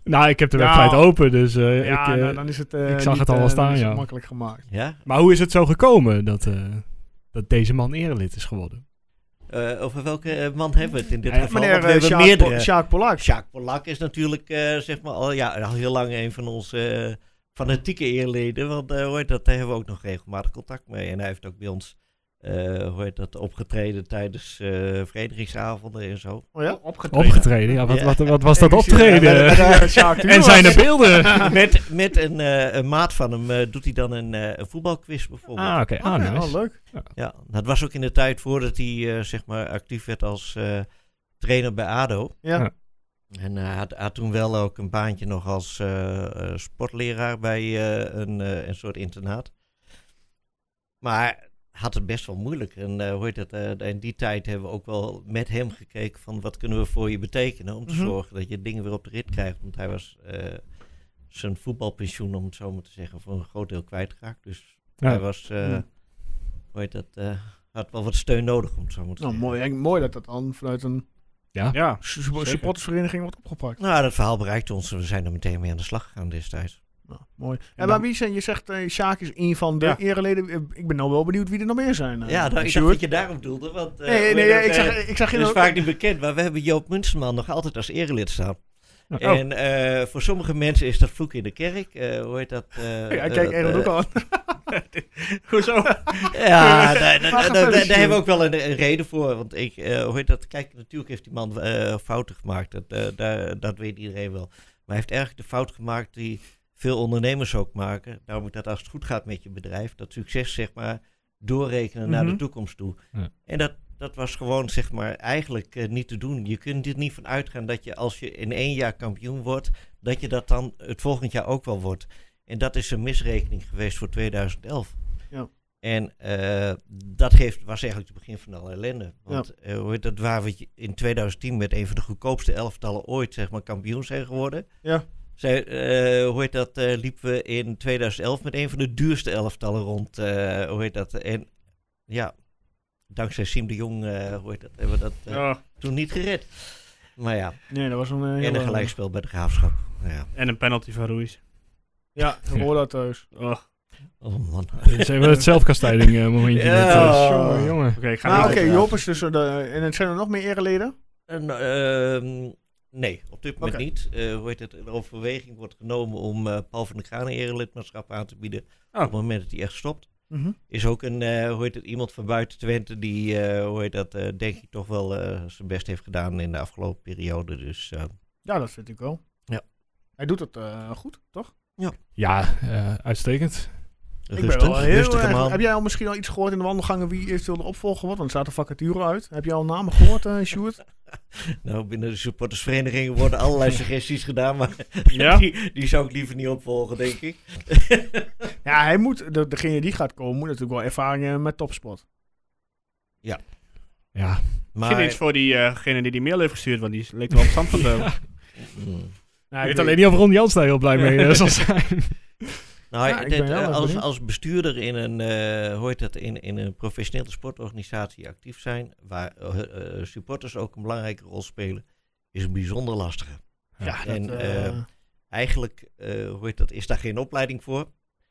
Nou, ik heb de website open, dus dan is het ik zag het al wel staan, ja. makkelijk gemaakt. Ja? Maar hoe is het zo gekomen dat deze man erelid is geworden? Over welke man hebben we het in dit geval? Meneer we hebben meerdere. Sjaak Polak. Sjaak Polak is natuurlijk zeg maar al heel lang een van onze fanatieke eerleden. Want daar hebben we ook nog regelmatig contact mee. En hij heeft ook bij ons opgetreden tijdens verenigingsavonden en zo. Oh ja? Opgetreden? Ja, wat was dat optreden? En zijn er beelden? met een maat van hem doet hij dan een voetbalquiz bijvoorbeeld. Ah, oké. Nice. Oh, leuk. Ja, dat was ook in de tijd voordat hij zeg maar actief werd als trainer bij ADO. Ja. En hij had toen wel ook een baantje nog als sportleraar bij een soort internaat. Maar had het best wel moeilijk. En in die tijd hebben we ook wel met hem gekeken van wat kunnen we voor je betekenen om te zorgen dat je dingen weer op de rit krijgt. Want hij was zijn voetbalpensioen, om het zo maar te zeggen, voor een groot deel kwijtgeraakt. Dus hij was, had wel wat steun nodig, om het zo maar te zeggen. Mooi dat dat dan vanuit een supportersvereniging wordt opgepakt. Nou, dat verhaal bereikte ons. We zijn er meteen mee aan de slag gegaan destijds. Nou, mooi. En maar wie zijn, je zegt Sjaak is een van de ereleden. Ik ben nou wel benieuwd wie er nog meer zijn. Ik dacht dat je daarop doelde. Want, ik zag dat is vaak niet bekend, maar we hebben Joop Munsterman nog altijd als erelid staan. Oh. En voor sommige mensen is dat vloek in de kerk. Hoe heet dat? Kijk, Erel ook al. Hoezo? Ja, daar hebben we ook wel een reden voor. Want kijk, natuurlijk heeft die man fouten gemaakt. Dat weet iedereen wel. Maar hij heeft eigenlijk de fout gemaakt die veel ondernemers ook maken. Daarom moet dat als het goed gaat met je bedrijf, dat succes zeg maar doorrekenen naar de toekomst toe. Ja. En dat was gewoon zeg maar eigenlijk niet te doen. Je kunt er niet van uitgaan dat je als je in 1 jaar kampioen wordt, dat je dat dan het volgend jaar ook wel wordt. En dat is een misrekening geweest voor 2011. Ja. En dat was eigenlijk het begin van alle ellende. Want dat waar we in 2010 met een van de goedkoopste elftallen ooit zeg maar kampioen zijn geworden. Ja. Liepen we in 2011 met een van de duurste elftallen rond. En ja, dankzij Siem de Jong hebben we dat toen niet gered. Maar ja. Nee, dat was en een gelijkspel bij de Graafschap. Ja. En een penalty van Ruiz. Ja, Roda thuis. Oh man. Dus hebben we het zelfkastijding momentje. Jongen. Oké, Joop is dus en zijn er nog meer ereleden? Nee, op dit moment niet. De overweging wordt genomen om Paul van der Graan een erelidmaatschap aan te bieden. Op het moment dat hij echt stopt. Is ook iemand van buiten Twente die, denk ik toch wel zijn best heeft gedaan in de afgelopen periode. Dus, ja, dat vind ik wel. Ja. Hij doet het goed, toch? Ja, uitstekend. Heb jij al misschien al iets gehoord in de wandelgangen wie eventueel de opvolger wordt? Want er staat een vacature uit. Heb je al namen gehoord, Sjoerd? Nou, binnen de supportersverenigingen worden allerlei suggesties gedaan, maar die zou ik liever niet opvolgen, denk ik. Ja, hij moet, degene die gaat komen, moet natuurlijk wel ervaring hebben met topsport. Ja. Ja. Misschien iets voor diegene die mail heeft gestuurd, want die leek wel op stand van de... Ik weet alleen niet of Ron Jans daar heel blij mee zal zijn. Nou, als bestuurder in een professionele sportorganisatie actief zijn, waar supporters ook een belangrijke rol spelen, is het bijzonder lastig. Ja, eigenlijk is daar geen opleiding voor.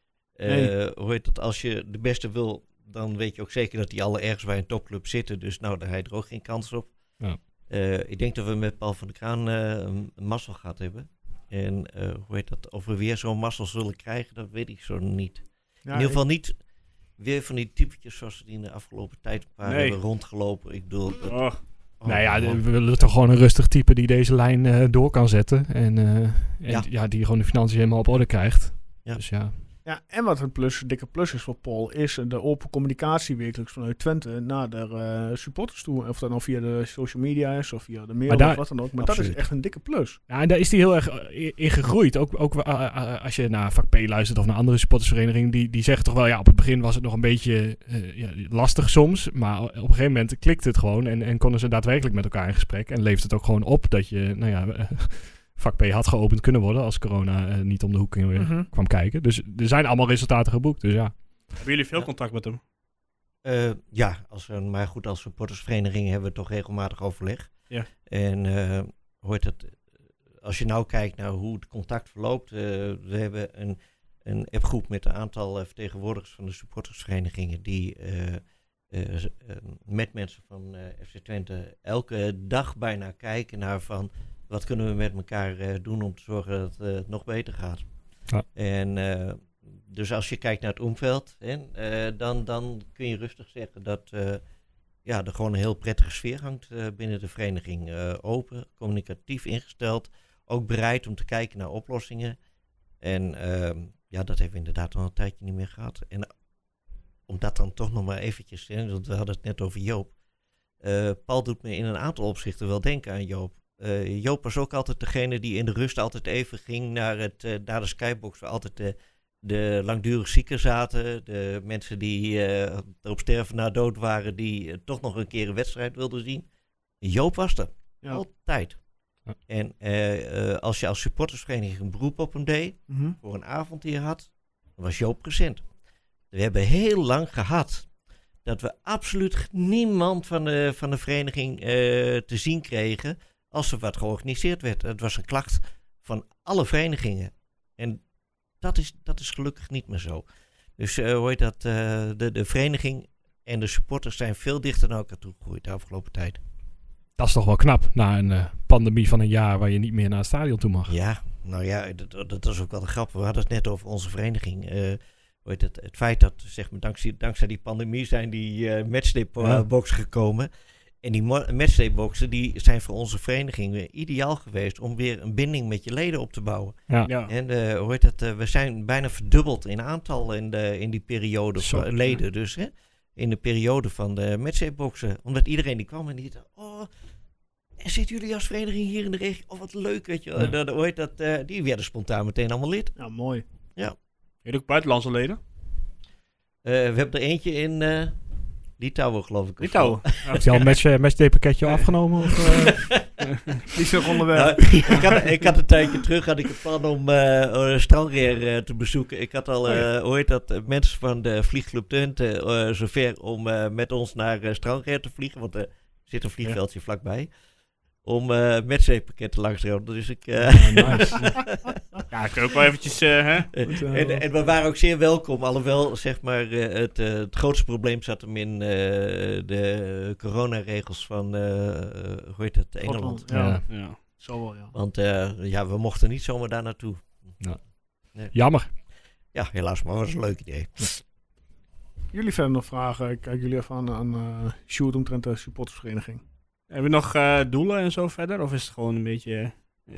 Als je de beste wil, dan weet je ook zeker dat die alle ergens bij een topclub zitten. Dus daar heb je er ook geen kans op. Ja. Ik denk dat we met Paul van der Graan een mazzel gehad hebben. En of we weer zo'n mazzel zullen krijgen, dat weet ik zo niet. Ja, in ieder geval niet weer van die typetjes zoals we die in de afgelopen tijd een paar hebben rondgelopen. Ik bedoel... we willen toch gewoon een rustig type die deze lijn door kan zetten. En die gewoon de financiën helemaal op orde krijgt. Ja. Dus ja. Ja, en wat een dikke plus is voor Paul, is de open communicatie wekelijks vanuit Twente naar de supporters toe. Of dat nou via de social media is of via de mail of wat dan ook. Maar absoluut. Dat is echt een dikke plus. Ja, en daar is hij heel erg in gegroeid. Ook als je naar vak P luistert of naar andere supportersverenigingen, die zeggen toch wel, op het begin was het nog een beetje lastig soms. Maar op een gegeven moment klikte het gewoon en konden ze daadwerkelijk met elkaar in gesprek. En leeft het ook gewoon op dat je, vak P had geopend kunnen worden als corona niet om de hoek kwam kijken. Dus er zijn allemaal resultaten geboekt. Dus ja. Hebben jullie veel contact met hem? Maar goed, als supportersvereniging hebben we toch regelmatig overleg. Ja. En als je nou kijkt naar hoe het contact verloopt. We hebben een appgroep met een aantal vertegenwoordigers van de supportersverenigingen die met mensen van FC Twente elke dag bijna kijken naar van wat kunnen we met elkaar doen om te zorgen dat het nog beter gaat. Ja. En dus als je kijkt naar het omveld, dan kun je rustig zeggen dat er gewoon een heel prettige sfeer hangt binnen de vereniging. Open, communicatief ingesteld, ook bereid om te kijken naar oplossingen. En dat hebben we inderdaad al een tijdje niet meer gehad. En om dat dan toch nog maar eventjes, want we hadden het net over Joop. Paul doet me in een aantal opzichten wel denken aan Joop. Joop was ook altijd degene die in de rust altijd even ging naar de skybox, waar altijd de langdurig zieken zaten. De mensen die op sterven na dood waren, die toch nog een keer een wedstrijd wilden zien. Joop was er. Ja. Altijd. Ja. En als je als supportersvereniging een beroep op hem deed, voor een avond die je had, dan was Joop present. We hebben heel lang gehad dat we absoluut niemand van de vereniging te zien kregen als er wat georganiseerd werd. Het was een klacht van alle verenigingen. En dat is gelukkig niet meer zo. Dus de vereniging en de supporters zijn veel dichter naar elkaar toe gegroeid de afgelopen tijd. Dat is toch wel knap, na een pandemie van een jaar waar je niet meer naar het stadion toe mag. Ja, nou ja, dat is ook wel de grap. We hadden het net over onze vereniging. Het feit dat, zeg maar, dankzij die pandemie zijn die matchday-boxen gekomen. En die matchday-boxen die zijn voor onze vereniging ideaal geweest om weer een binding met je leden op te bouwen. Ja. Ja. En we zijn bijna verdubbeld in aantal in die periode van leden. Ja. Dus in de periode van de matchday-boxen. Omdat iedereen die kwam en die dacht, en zitten jullie als vereniging hier in de regio? Oh, wat leuk, weet je. Ja. Die werden spontaan meteen allemaal lid. Ja, mooi. Ja. Heb je ook buitenlandse leden? We hebben er eentje in Litouwen, geloof ik. Litouwen? Heb je al een matchday-pakketje afgenomen? Die is nog onderweg. Nou, ik had een tijdje terug het plan om Stranraer te bezoeken. Ik had al mensen van de vliegclub Twente zover om met ons naar Stranraer te vliegen. Want er zit een vliegveldje vlakbij. Om matchday-pakketten langs te rijden. Dus ik... nice. Ja, ik kan ook wel eventjes... En we waren ook zeer welkom. Alhoewel, zeg maar, het grootste probleem zat hem in de coronaregels van, Engeland. Ja. Zo wel, ja. Want we mochten niet zomaar daar naartoe. Ja. Nee. Jammer. Ja, helaas, maar het was een leuk idee. Jullie verder nog vragen? Kijk jullie even aan Sjoerd omtrent de supportersvereniging. Hebben we nog doelen en zo verder? Of is het gewoon een beetje...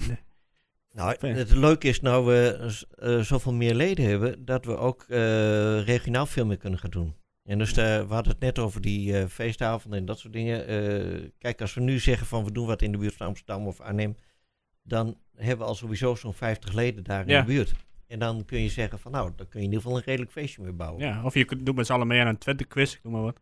het leuke is nou we zoveel meer leden hebben, dat we ook regionaal veel meer kunnen gaan doen. En dus we hadden het net over die feestavonden en dat soort dingen. Kijk, als we nu zeggen van we doen wat in de buurt van Amsterdam of Arnhem, dan hebben we al sowieso zo'n 50 leden daar in de buurt. En dan kun je zeggen van dan kun je in ieder geval een redelijk feestje mee bouwen. Ja, of je doet met z'n allen mee aan een Twente-quiz, ik noem maar wat.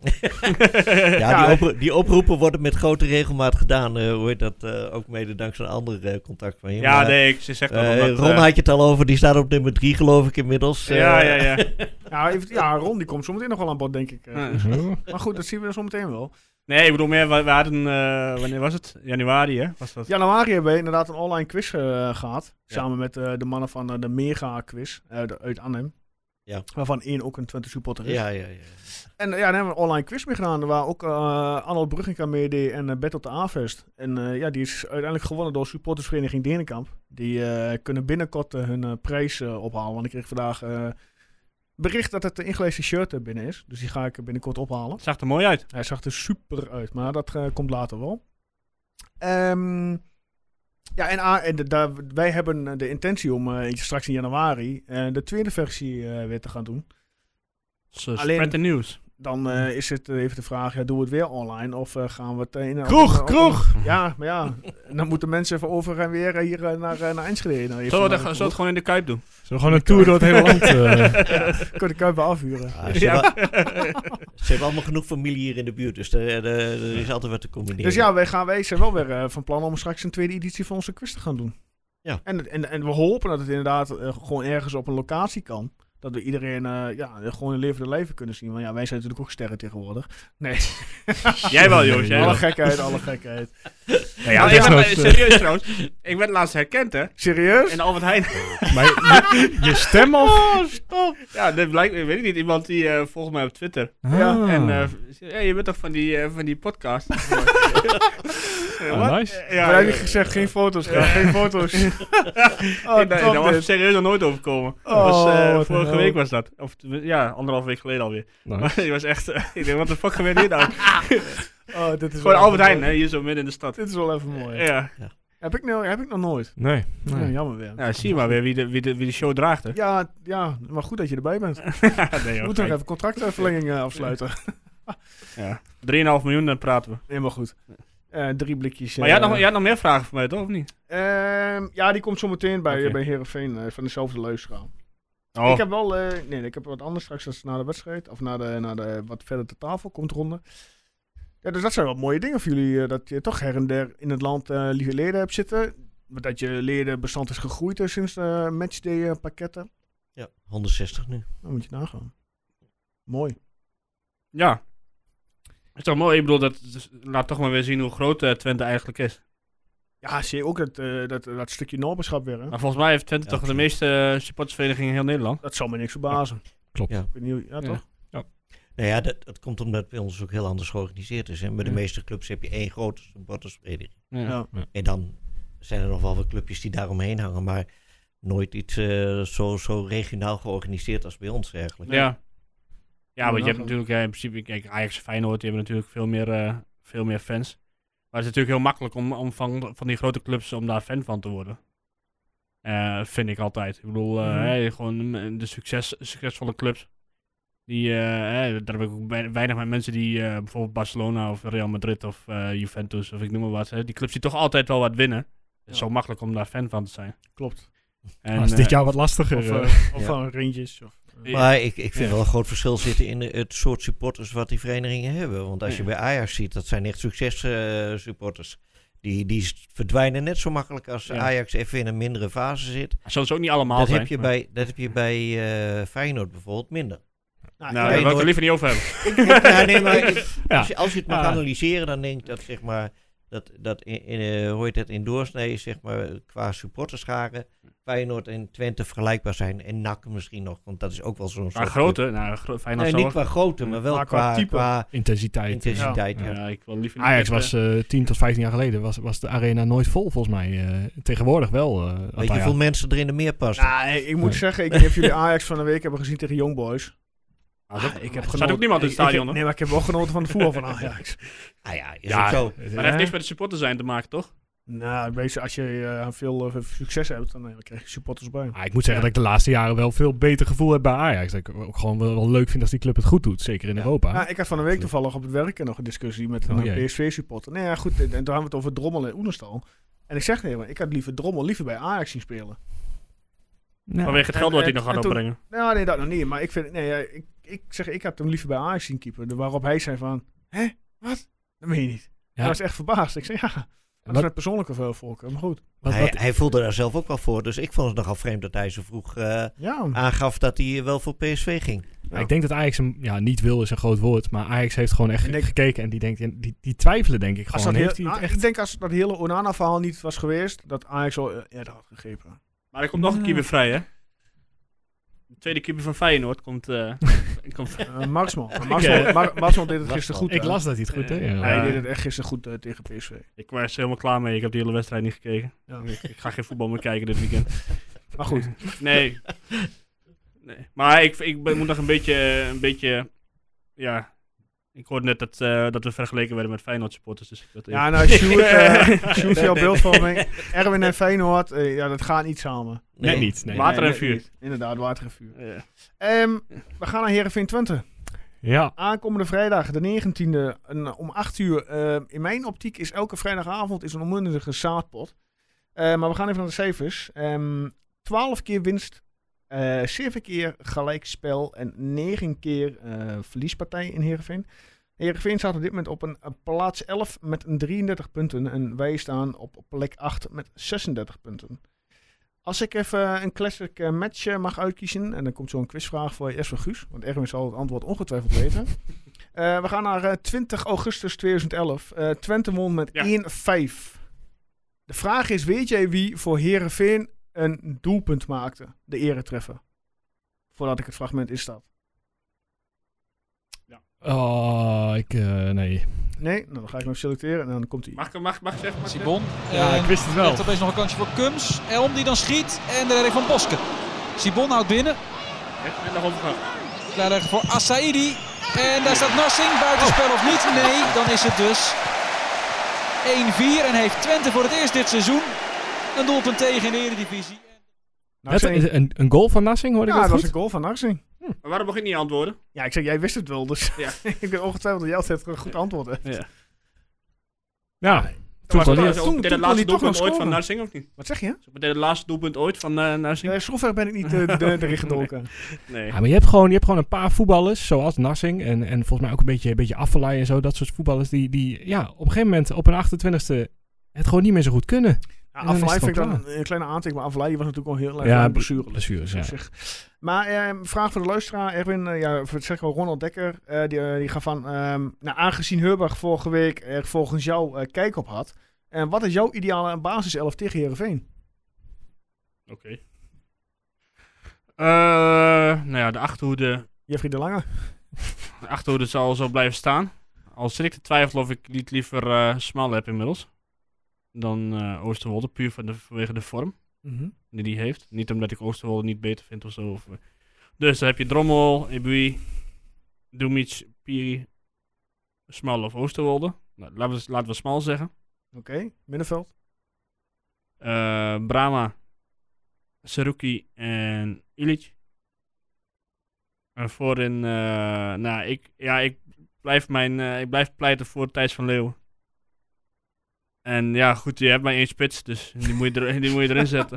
Die oproepen worden met grote regelmaat gedaan. Ook mede dankzij een ander contact van je. Ja, maar, nee, ze zegt dat omdat... Ron had je het al over, die staat op nummer 3 geloof ik inmiddels. Ja, Ron die komt zometeen nog wel aan bod, denk ik. Maar goed, dat zien we zometeen wel. Nee, ik bedoel meer, we hadden, wanneer was het? Januari, hè? Was dat? Januari hebben we inderdaad een online quiz gehad. Samen met de mannen van de Mega Quiz uit Arnhem. Ja. Waarvan één ook een Twente supporter is. Ja. En daar hebben we een online quiz mee gedaan. Waar ook Arnold Bruggenka meedeed en Bert op de Avest. En die is uiteindelijk gewonnen door supportersvereniging Denenkamp. Die kunnen binnenkort hun prijs ophalen. Want ik kreeg vandaag bericht dat het een ingelezen shirt binnen is. Dus die ga ik binnenkort ophalen. Zag er mooi uit. Hij zag er super uit. Maar dat komt later wel. Wij hebben de intentie om straks in januari de tweede versie weer te gaan doen. Spread the news. Dan is het even de vraag, doen we het weer online of gaan we het in een... Kroeg! Ja, maar ja, dan moeten mensen even over en weer hier naar Enschede. Zullen we het gewoon in de Kuip doen? Zullen we gewoon een tour door het hele land? Kunnen de Kuip afhuren. Ze hebben allemaal genoeg familie hier in de buurt, dus er is altijd wat te combineren. Dus wij zijn wel weer van plan om straks een tweede editie van onze quiz te gaan doen. Ja. En we hopen dat het inderdaad gewoon ergens op een locatie kan. Dat we iedereen gewoon in levende lijven kunnen zien. Want ja, wij zijn natuurlijk ook sterren tegenwoordig. Nee. Jij wel, Joost. Jij alle wel. gekheid. Serieus trouwens. Ik werd laatst herkend, hè. Serieus? In Albert Heijn. Maar je stem of... Oh, stop. Ja, dat blijkt, weet ik niet. Iemand die volgt mij op Twitter. Ja. En je bent toch van die podcast? Nice. Maar heb je gezegd, geen foto's. Geen foto's. Dat was serieus nog nooit overkomen. Vorige week was dat. Of 1,5 week geleden alweer. Nice. Maar die was echt... ik denk, wat de fuck gebeurt hier nou? Dit is Gewoon wel Albert Heijn, mooi. hè, hier zo midden in de stad. Dit is wel even mooi. Ja. Heb ik nog nooit. Nee. Ja, jammer weer. Ja, zie je maar weer wie de show draagt, hè. Ja, maar goed dat je erbij bent. Nee, We joh, moeten nog even contractverlenging afsluiten. Ja. 3,5 miljoen, dan praten we. Helemaal goed. 3 blikjes. Maar jij had nog meer vragen voor mij, toch? Of niet? Ja, die komt zo meteen bij Oké. Heerenveen van dezelfde luisteraar. Oh. Ik heb wel... ik heb wat anders straks als na de wedstrijd. Of na de wat verder te tafel komt ronde. Ja, dus dat zijn wel mooie dingen voor jullie. Dat je toch her en der in het land lieve leden hebt zitten. Dat je ledenbestand is gegroeid sinds de matchday pakketten. Ja, 160 nu. Dan moet je nagaan. Mooi. Ja. Is toch mooi? Ik bedoel, dat laat toch maar weer zien hoe groot Twente eigenlijk is. Ja, zie je ook dat stukje Noorderschap weer. Hè? Maar volgens mij heeft Twente toch de meeste supportersverenigingen in heel Nederland. Dat zal me niks verbazen. Klopt. Ja. Ik weet niet, toch? Nou ja, dat komt omdat het bij ons ook heel anders georganiseerd is. Bij de meeste clubs heb je 1 grote supportersvereniging. Ja. En dan zijn er nog wel wat clubjes die daaromheen hangen, maar nooit iets zo regionaal georganiseerd als bij ons eigenlijk. Ja. Ja, want je hebt natuurlijk in principe, kijk, Ajax en Feyenoord, die hebben natuurlijk veel meer fans. Maar het is natuurlijk heel makkelijk om van die grote clubs om daar fan van te worden. Vind ik altijd. Ik bedoel, gewoon de succesvolle clubs. Daar heb ik ook weinig met mensen die bijvoorbeeld Barcelona of Real Madrid of Juventus of ik noem maar wat. Die clubs die toch altijd wel wat winnen. Het is zo makkelijk om daar fan van te zijn. Klopt. En, is dit jaar wat lastiger. Of Rangers. Maar ik vind wel een groot verschil zitten in het soort supporters wat die verenigingen hebben. Want als je bij Ajax ziet, dat zijn echt successupporters. Die verdwijnen net zo makkelijk als Ajax even in een mindere fase zit. Zullen ze ook niet allemaal dat zijn. Heb je bij Feyenoord bijvoorbeeld minder. Nou, daar wil ik het liever niet over hebben. Als je het mag analyseren, dan denk ik dat zeg maar dat in doorsnee zeg maar qua supporterscharen Feyenoord en Twente vergelijkbaar zijn en NAC misschien nog, want dat is ook wel zo'n soort grootte, Feyenoord niet qua grootte, maar wel qua intensiteit. Ja, ik wil liever Ajax was 10 tot 15 jaar geleden was de arena nooit vol volgens mij. Tegenwoordig wel. Weet je hoeveel mensen er in de meer passen? Ik moet zeggen, ik weet niet of jullie Ajax van de week hebben gezien tegen Young Boys. Ik heb genoten. Ook niemand in het stadion, nee, maar ik heb wel genoten van de voetbal van Ajax. Is ook zo. Maar dat heeft niks met de supporters zijn te maken, toch? Nou, als je veel succes hebt, dan krijg je supporters bij. Ik moet zeggen dat ik de laatste jaren wel veel beter gevoel heb bij Ajax. Dat ik ook gewoon wel leuk vind als die club het goed doet, zeker in Europa. Nou, ik had van de week toevallig op het werk nog een discussie met een PSV-supporter. Nee, ja, goed, en toen hadden we het over Drommel en Oenerstal. En ik zeg, ik had liever Drommel bij Ajax zien spelen. Vanwege het geld wat hij nog gaat opbrengen. Nou, nee, dat nog niet. Maar ik vind, ik had hem liever bij Ajax zien keeper. Waarop hij zei van, hè, wat? Dat meen je niet. Hij was echt verbaasd. Ik zei, dat is met persoonlijke voorkeur, maar goed. Hij voelde daar zelf ook wel voor. Dus ik vond het nogal vreemd dat hij zo vroeg aangaf dat hij wel voor PSV ging. Ja. Ik denk dat Ajax hem niet wil is een groot woord. Maar Ajax heeft gewoon echt gekeken en die denkt, die twijfelen denk ik gewoon. Ik denk als dat hele Onana-verhaal niet was geweest, dat Ajax al eerder had gegrepen. Maar er komt nog een keeper vrij, hè? De tweede keeper van Feyenoord komt... Marsman. Marsman deed het gisteren goed. Ik las dat hij het goed deed. Hij deed het echt gisteren goed tegen PSV. Ik was helemaal klaar mee. Ik heb die hele wedstrijd niet gekeken. Ja. Ik ga geen voetbal meer kijken dit weekend. Maar goed. Nee. Maar ik moet nog een beetje... Ja... Ik hoorde net dat we vergeleken werden met Feyenoord supporters. Dus Sjoerd, jouw beeldvorming. Erwin en Feyenoord, dat gaat niet samen. Net niet. Nee. Water en vuur. Inderdaad, water en vuur. Ja. We gaan naar Heerenveen Twente. Ja. Aankomende vrijdag, de 19e, om 8 uur. In mijn optiek is elke vrijdagavond een onmundige zaadpot. Maar we gaan even naar de cijfers. 12 keer winst. 7 keer gelijkspel en 9 keer verliespartij in Heerenveen. Heerenveen staat op dit moment op een plaats 11 met 33 punten. En wij staan op plek 8 met 36 punten. Als ik even een classic match mag uitkiezen, en dan komt zo'n quizvraag voor Jesper Guus, want Erwin zal het antwoord ongetwijfeld weten. We gaan naar 20 augustus 2011. Twente won met 1-5. De vraag is, weet jij wie voor Heerenveen een doelpunt maakte? De eretreffer. Voordat ik het fragment instap. Nee. Nee, nou, dan ga ik nog selecteren en dan komt hij. Mag ik zeggen? Sibon. Ja, ik wist het wel. Er is opeens nog een kansje voor Kums. Elm die dan schiet. En de redding van Boske. Sibon houdt binnen. En nog overgang. Klaar voor Assaidi. En daar staat Narsing. Buitenspel of niet? Nee, dan is het dus 1-4. En heeft Twente voor het eerst dit seizoen een doelpunt tegen in de Eredivisie. Een goal van Narsing, hoorde ik dat goed? Ja, dat was een goal van Narsing. Maar waarom mag ik niet antwoorden? Ja, ik zeg, jij wist het wel, dus ik ben ongetwijfeld dat jij altijd een goed antwoord hebt. Toen kon hij het laatste doelpunt ooit van Narsing, of niet? Wat zeg je? Meteen het laatste doelpunt ooit van Narsing? Zover ben ik niet erin gedoken. Nee. Ja, maar je hebt gewoon een paar voetballers, zoals Narsing en volgens mij ook een beetje Affelay en zo, dat soort voetballers die op een gegeven moment op een 28e het gewoon niet meer zo goed kunnen. Ja, Affelay vind ik dan een kleine aantekening, maar Affelay was natuurlijk al heel erg blessures. Ja. Maar vraag voor de luisteraar, Erwin, zeg gewoon Ronald Dekker, die gaat van, aangezien Heurberg vorige week er volgens jou kijk op had, wat is jouw ideale basiself tegen Heerenveen? Oké. De achterhoede... Jeffrey de Lange? De achterhoede zal zo blijven staan. Al zit ik te twijfelen of ik niet liever Smal heb inmiddels dan Oosterwolde, puur vanwege de vorm die hij heeft. Niet omdat ik Oosterwolde niet beter vind of zo. Dus dan heb je Drommel, Ebui, Dumic, Piri, Smal of Oosterwolde. Nou, laten we Smal zeggen. Oké, middenveld. Brahma, Saruki en Ilic. En voorin, ik blijf pleiten voor Thijs van Leeuwen. En ja, goed, je hebt maar 1 spits, dus die moet je erin zetten.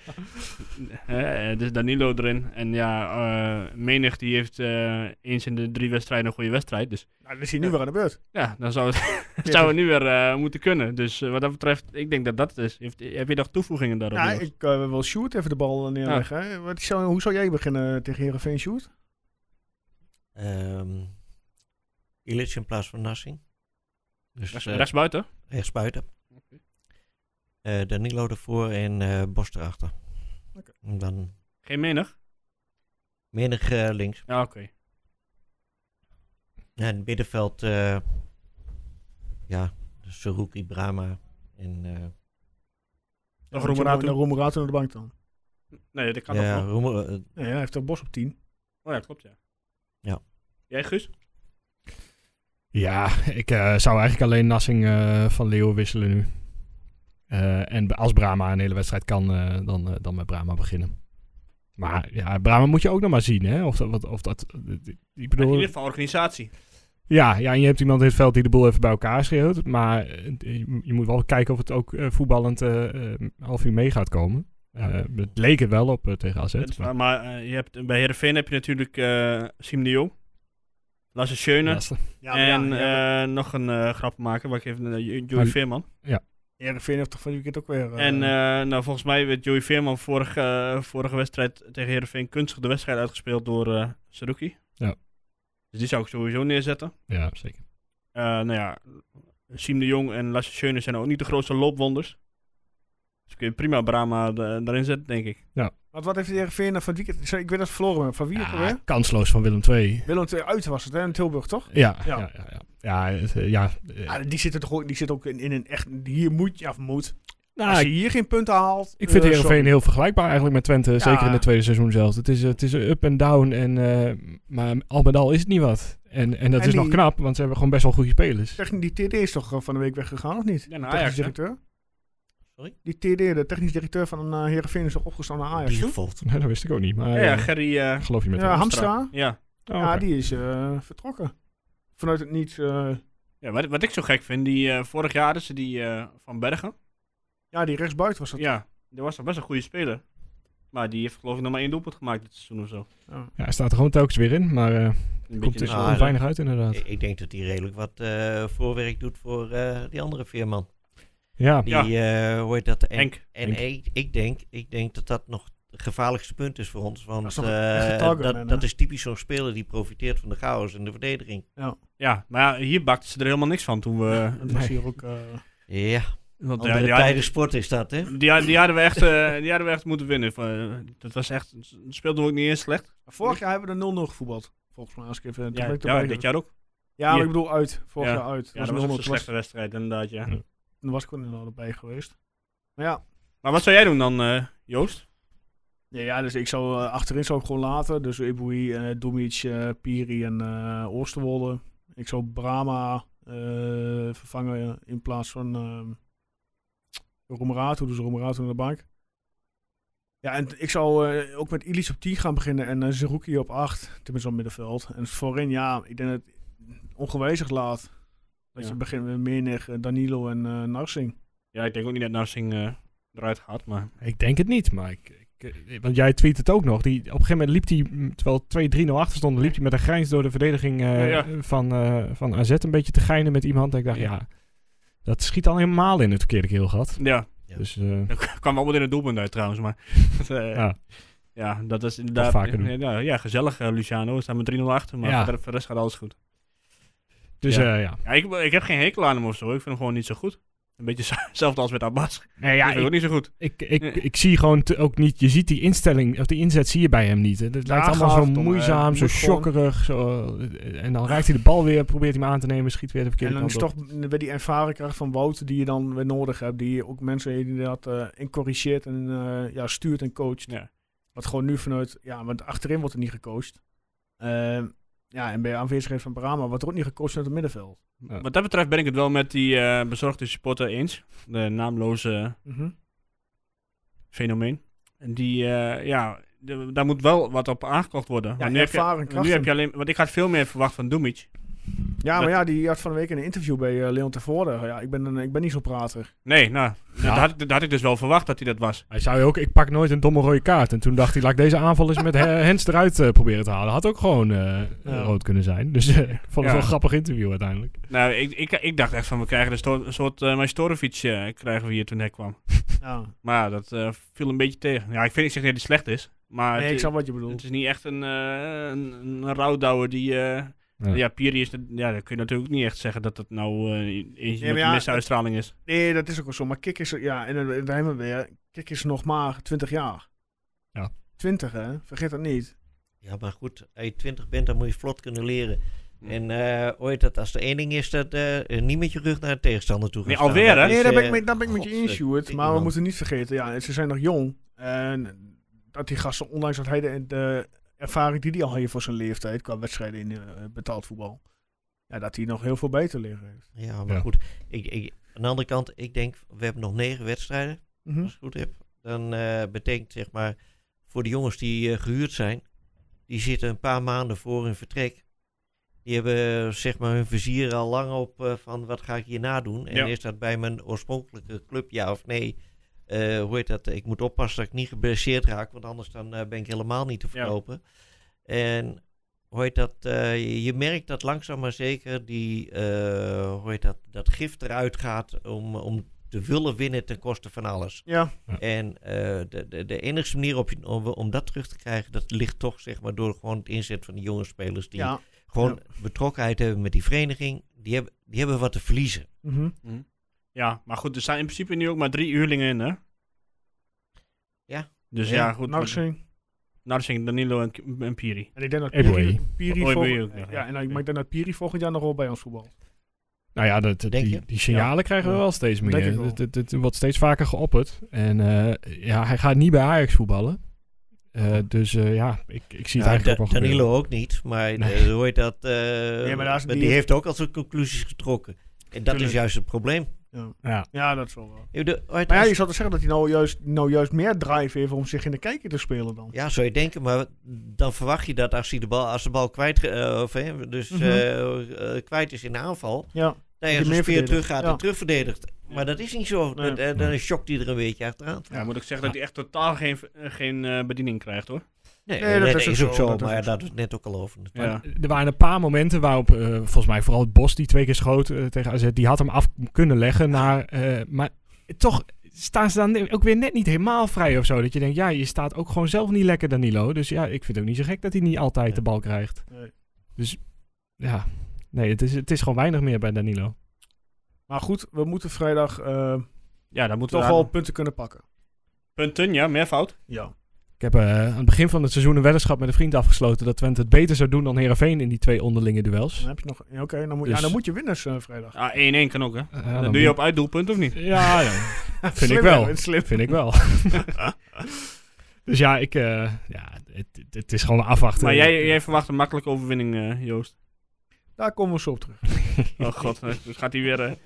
Dus Danilo erin. En Menig die heeft eens in de 3 wedstrijden een goede wedstrijd. Dus dan is hij nu weer aan de beurt. Ja, dan zou het nu weer moeten kunnen. Dus wat dat betreft, ik denk dat het is. Heb je nog toevoegingen daarop? Ja, ik wil Sjoerd even de bal neerleggen. Ja. Hoe zou jij beginnen tegen Heerenveen, Sjoerd? Ilic in plaats van Narsing. Dus, rechtsbuiten? Rechtsbuiten. Okay. Danilo ervoor en Bos erachter. Okay. Dan geen Menig? Menig links. Ja, oké. En het middenveld, Saruki, Brahma en... Roemerato naar de bank dan? Nee, dat kan nog. Hij heeft er Bos op 10. Oh ja, klopt ja. Ja. Jij, Guus? Ja, ik zou eigenlijk alleen Narsing van Leeuwen wisselen nu. En als Brahma een hele wedstrijd kan, dan met Brahma beginnen. Maar ja, Brahma moet je ook nog maar zien, hè? Of dat ik bedoel, in ieder geval organisatie. Ja, en je hebt iemand in het veld die de boel even bij elkaar schreeuwt. Maar je moet wel kijken of het ook voetballend half uur mee gaat komen. Het leek het wel op tegen AZ. Maar je hebt, bij Heerenveen heb je natuurlijk Siem de Jong. Lasse Schöne. Nog een grap maken, waar ik even Joey Veerman. Ja. Heerenveen heeft toch van weekend ook weer... En volgens mij werd Joey Veerman vorige wedstrijd tegen Heerenveen kunstig de wedstrijd uitgespeeld door Saruki. Ja. Dus die zou ik sowieso neerzetten. Ja, zeker. Siem de Jong en Lasse Schöne zijn ook niet de grootste loopwonders. Dus kun je prima Brahma daarin zetten, denk ik. Ja. Wat heeft de Heerenveen van het weekend... Ik weet dat verloren van wie ook alweer? Kansloos van Willem II. Willem II uit was het, hè? In Tilburg, toch? Ja. Die zit ook in een echt... Hier moet je moet. Nou, als je hier geen punten haalt... Ik vind Heerenveen heel vergelijkbaar eigenlijk met Twente. Zeker in het tweede seizoen zelfs. Het is up en down. Maar al met al is het niet wat. En dat is nog knap, want ze hebben gewoon best wel goede spelers. Die TD is toch van de week weggegaan, of niet? Ja, naar Technisch directeur. Sorry? Die TD, de technisch directeur van Heerenveen, is toch opgestaan naar Ajax? Nee, dat wist ik ook niet. Maar, Gerry... geloof je met Hamstra. Ja. Okay. Die is vertrokken. Vanuit het niet... Ja, wat ik zo gek vind, vorig jaar is die Van Bergen. Ja, die rechtsbuiten was dat. Ja, die was toch best een goede speler. Maar die heeft geloof ik nog maar 1 doelpunt gemaakt dit seizoen of zo. Ja, hij staat er gewoon telkens weer in, maar komt dus weinig uit inderdaad. Ik denk dat hij redelijk wat voorwerk doet voor die andere Veerman. Ja. Hoe heet dat? Henk. Ik denk dat dat nog het gevaarlijkste punt is voor ons. Want dat is typisch zo'n speler die profiteert van de chaos in de verdediging. Ja, maar hier bakten ze er helemaal niks van toen we... Dat was hier ook... Want de tijden sport is dat, hè? Die hadden we echt moeten winnen. Dat was echt... Speelden we ook niet eens slecht. Vorig jaar hebben we er 0-0 gevoetbald. Volgens mij, als ik even... dit jaar ook. Ja, maar ik bedoel uit. Vorig jaar uit. Ja, dat was een slechte wedstrijd, inderdaad, ja. Dan was ik er inderdaad erbij geweest. Maar ja. Maar wat zou jij doen dan, Joost? Ja, dus ik zou achterin zou ik gewoon laten. Dus Eboui, Dumic, Piri en Oosterwolde. Ik zou Brahma vervangen in plaats van Roemerato. Dus Roemerato in de bank. Ja, en ik zou ook met Illich op 10 gaan beginnen en Zerouki op 8. Tenminste op middenveld. En voorin, ik denk dat het ongewijzigd laat. Dat je begint met Menig, Danilo en Narsing. Ja, ik denk ook niet dat Narsing eruit gaat, maar... Ik denk het niet, maar want jij tweet het ook nog. Op een gegeven moment liep hij, terwijl 2-3-0 achter stonden, liep hij met een grijns door de verdediging van AZ een beetje te geinen met iemand. En ik dacht, dat schiet al helemaal in het verkeerde keelgat. Ja. Dus, dat kwam wel in het doelpunt uit trouwens, maar... dat is inderdaad... Vaker gezellig, Luciano. We staan met 3-0 achter, maar voor de rest gaat alles goed. Dus ik heb geen hekel aan hem of zo. Ik vind hem gewoon niet zo goed. Een beetje hetzelfde als met Abbas. Nee, ik vind hem ook niet zo goed. Ik zie gewoon ook niet... Je ziet die instelling, of die inzet zie je bij hem niet. Het lijkt allemaal zo moeizaam, zo shokkerig. En dan raakt hij de bal weer, probeert hij hem aan te nemen, schiet weer de verkeerde kant op. En dan is toch weer die ervaring krijgt van Wout die je dan weer nodig hebt. Die ook mensen die dat in corrigeert en stuurt en coacht. Ja. Wat gewoon nu vanuit... Ja, want achterin wordt er niet gecoacht. En bij aanwezigheid van Brahma wordt er ook niet gecoacht uit het middenveld. Ja. Wat dat betreft ben ik het wel met die bezorgde supporter eens. De naamloze fenomeen. En die, daar moet wel wat op aangekocht worden. Ja, nu heb je alleen... Want ik had veel meer verwacht van Dumic. Ja, maar ja, die had van de week een interview bij Leon Tervoorde. Ja, ik ben niet zo'n prater. Nee, dat had ik dus wel verwacht dat hij dat was. Hij zei ook, ik pak nooit een domme rode kaart. En toen dacht hij, laat ik deze aanval eens met Hens eruit proberen te halen. Had ook gewoon rood kunnen zijn. Dus ik vond het wel een grappig interview uiteindelijk. Nou, ik dacht echt van, we krijgen een soort Majstorovic krijgen we hier toen hij kwam. Ja. Maar dat viel een beetje tegen. Ja, ik zeg niet dat hij slecht is. Maar nee, ik snap wat je bedoelt. Het is niet echt een rouwdouwer die... Ja, Piri is... daar kun je natuurlijk ook niet echt zeggen dat dat nou een misse uitstraling is. Nee, dat is ook wel zo. Maar Kik is... Ja, en daar hebben we weer... Kik is nog maar 20 jaar. Ja. 20, hè? Vergeet dat niet. Ja, maar goed. Als je 20 bent, dan moet je vlot kunnen leren. En ooit dat als er één ding is, dat niet met je rug naar de tegenstander toe gaan staan. Alweer, hè? Nee, daar ben ik met je eens, Stuart. Maar we moeten niet vergeten, ze zijn nog jong. En dat die gasten, ondanks dat hij de ervaring die hij al heeft voor zijn leeftijd, qua wedstrijden in betaald voetbal, dat hij nog heel veel beter leren heeft. Ja, maar goed. Aan de andere kant, ik denk, we hebben nog 9 wedstrijden. Als ik het goed heb. Dan betekent, zeg maar, voor de jongens die gehuurd zijn, die zitten een paar maanden voor hun vertrek. Die hebben, zeg maar, hun vizier al lang op van wat ga ik hierna doen. En is dat bij mijn oorspronkelijke club ja of nee? Hoe heet dat? Ik moet oppassen dat ik niet geblesseerd raak, want anders dan ben ik helemaal niet te verkopen. Ja. En hoe heet dat? Je merkt dat langzaam maar zeker dat gif eruit gaat om te willen winnen ten koste van alles. Ja. En de enige manier om dat terug te krijgen, dat ligt toch, zeg maar, door gewoon het inzet van die jonge spelers die gewoon betrokkenheid hebben met die vereniging. Die hebben wat te verliezen. Mm-hmm. Mm. Ja, maar goed, er staan in principe nu ook maar 3 huurlingen in, hè? Ja. Dus goed. Narsing, Danilo en Piri. En ik denk dat Piri volgend jaar nog wel bij ons voetbal. Nou ja, die signalen krijgen we wel steeds meer. Het wordt steeds vaker geopperd. En hij gaat niet bij Ajax voetballen. Ik zie het eigenlijk ook wel gebeuren. Danilo ook niet, maar hoe heet dat? Maar die heeft ook al zijn conclusies getrokken. En dat is juist het probleem. Ja, dat is wel wel. Maar je zou toch zeggen dat hij nou juist meer drive heeft om zich in de kijker te spelen dan? Ja, zou je denken, maar dan verwacht je dat als de bal kwijt is in de aanval, dat hij als een speer terug gaat en terugverdedigt. Maar dat is niet zo. Dan shokt hij er een beetje achteraan. Ja, moet ik zeggen dat hij echt totaal geen bediening krijgt, hoor. Nee, dat is ook zo, maar daar hadden we het net ook al over. Ja. Er waren een paar momenten waarop, volgens mij vooral het Bos die 2 keer schoot tegen AZ, die had hem af kunnen leggen. Maar toch staan ze dan ook weer net niet helemaal vrij of zo. Dat je denkt, ja, je staat ook gewoon zelf niet lekker, Danilo. Dus ja, ik vind het ook niet zo gek dat hij niet altijd de bal krijgt. Nee. Dus ja, nee, het is gewoon weinig meer bij Danilo. Maar goed, we moeten vrijdag dan moeten toch wel punten kunnen pakken. Punten, ja, meervoud. Ja. Ik heb aan het begin van het seizoen een weddenschap met een vriend afgesloten dat Twente het beter zou doen dan Heerenveen in die 2 onderlinge duels. Dan heb je nog... Ja, oké, dan moet je winnen vrijdag. Ja, 1-1 kan ook, hè. Dan doe je op uitdoelpunt, of niet? Ja, vind ik wel. Vind ik wel. Dus ja, het is gewoon afwachten. Maar jij verwacht een makkelijke overwinning, Joost? Daar komen we zo op terug. Oh god, dus gaat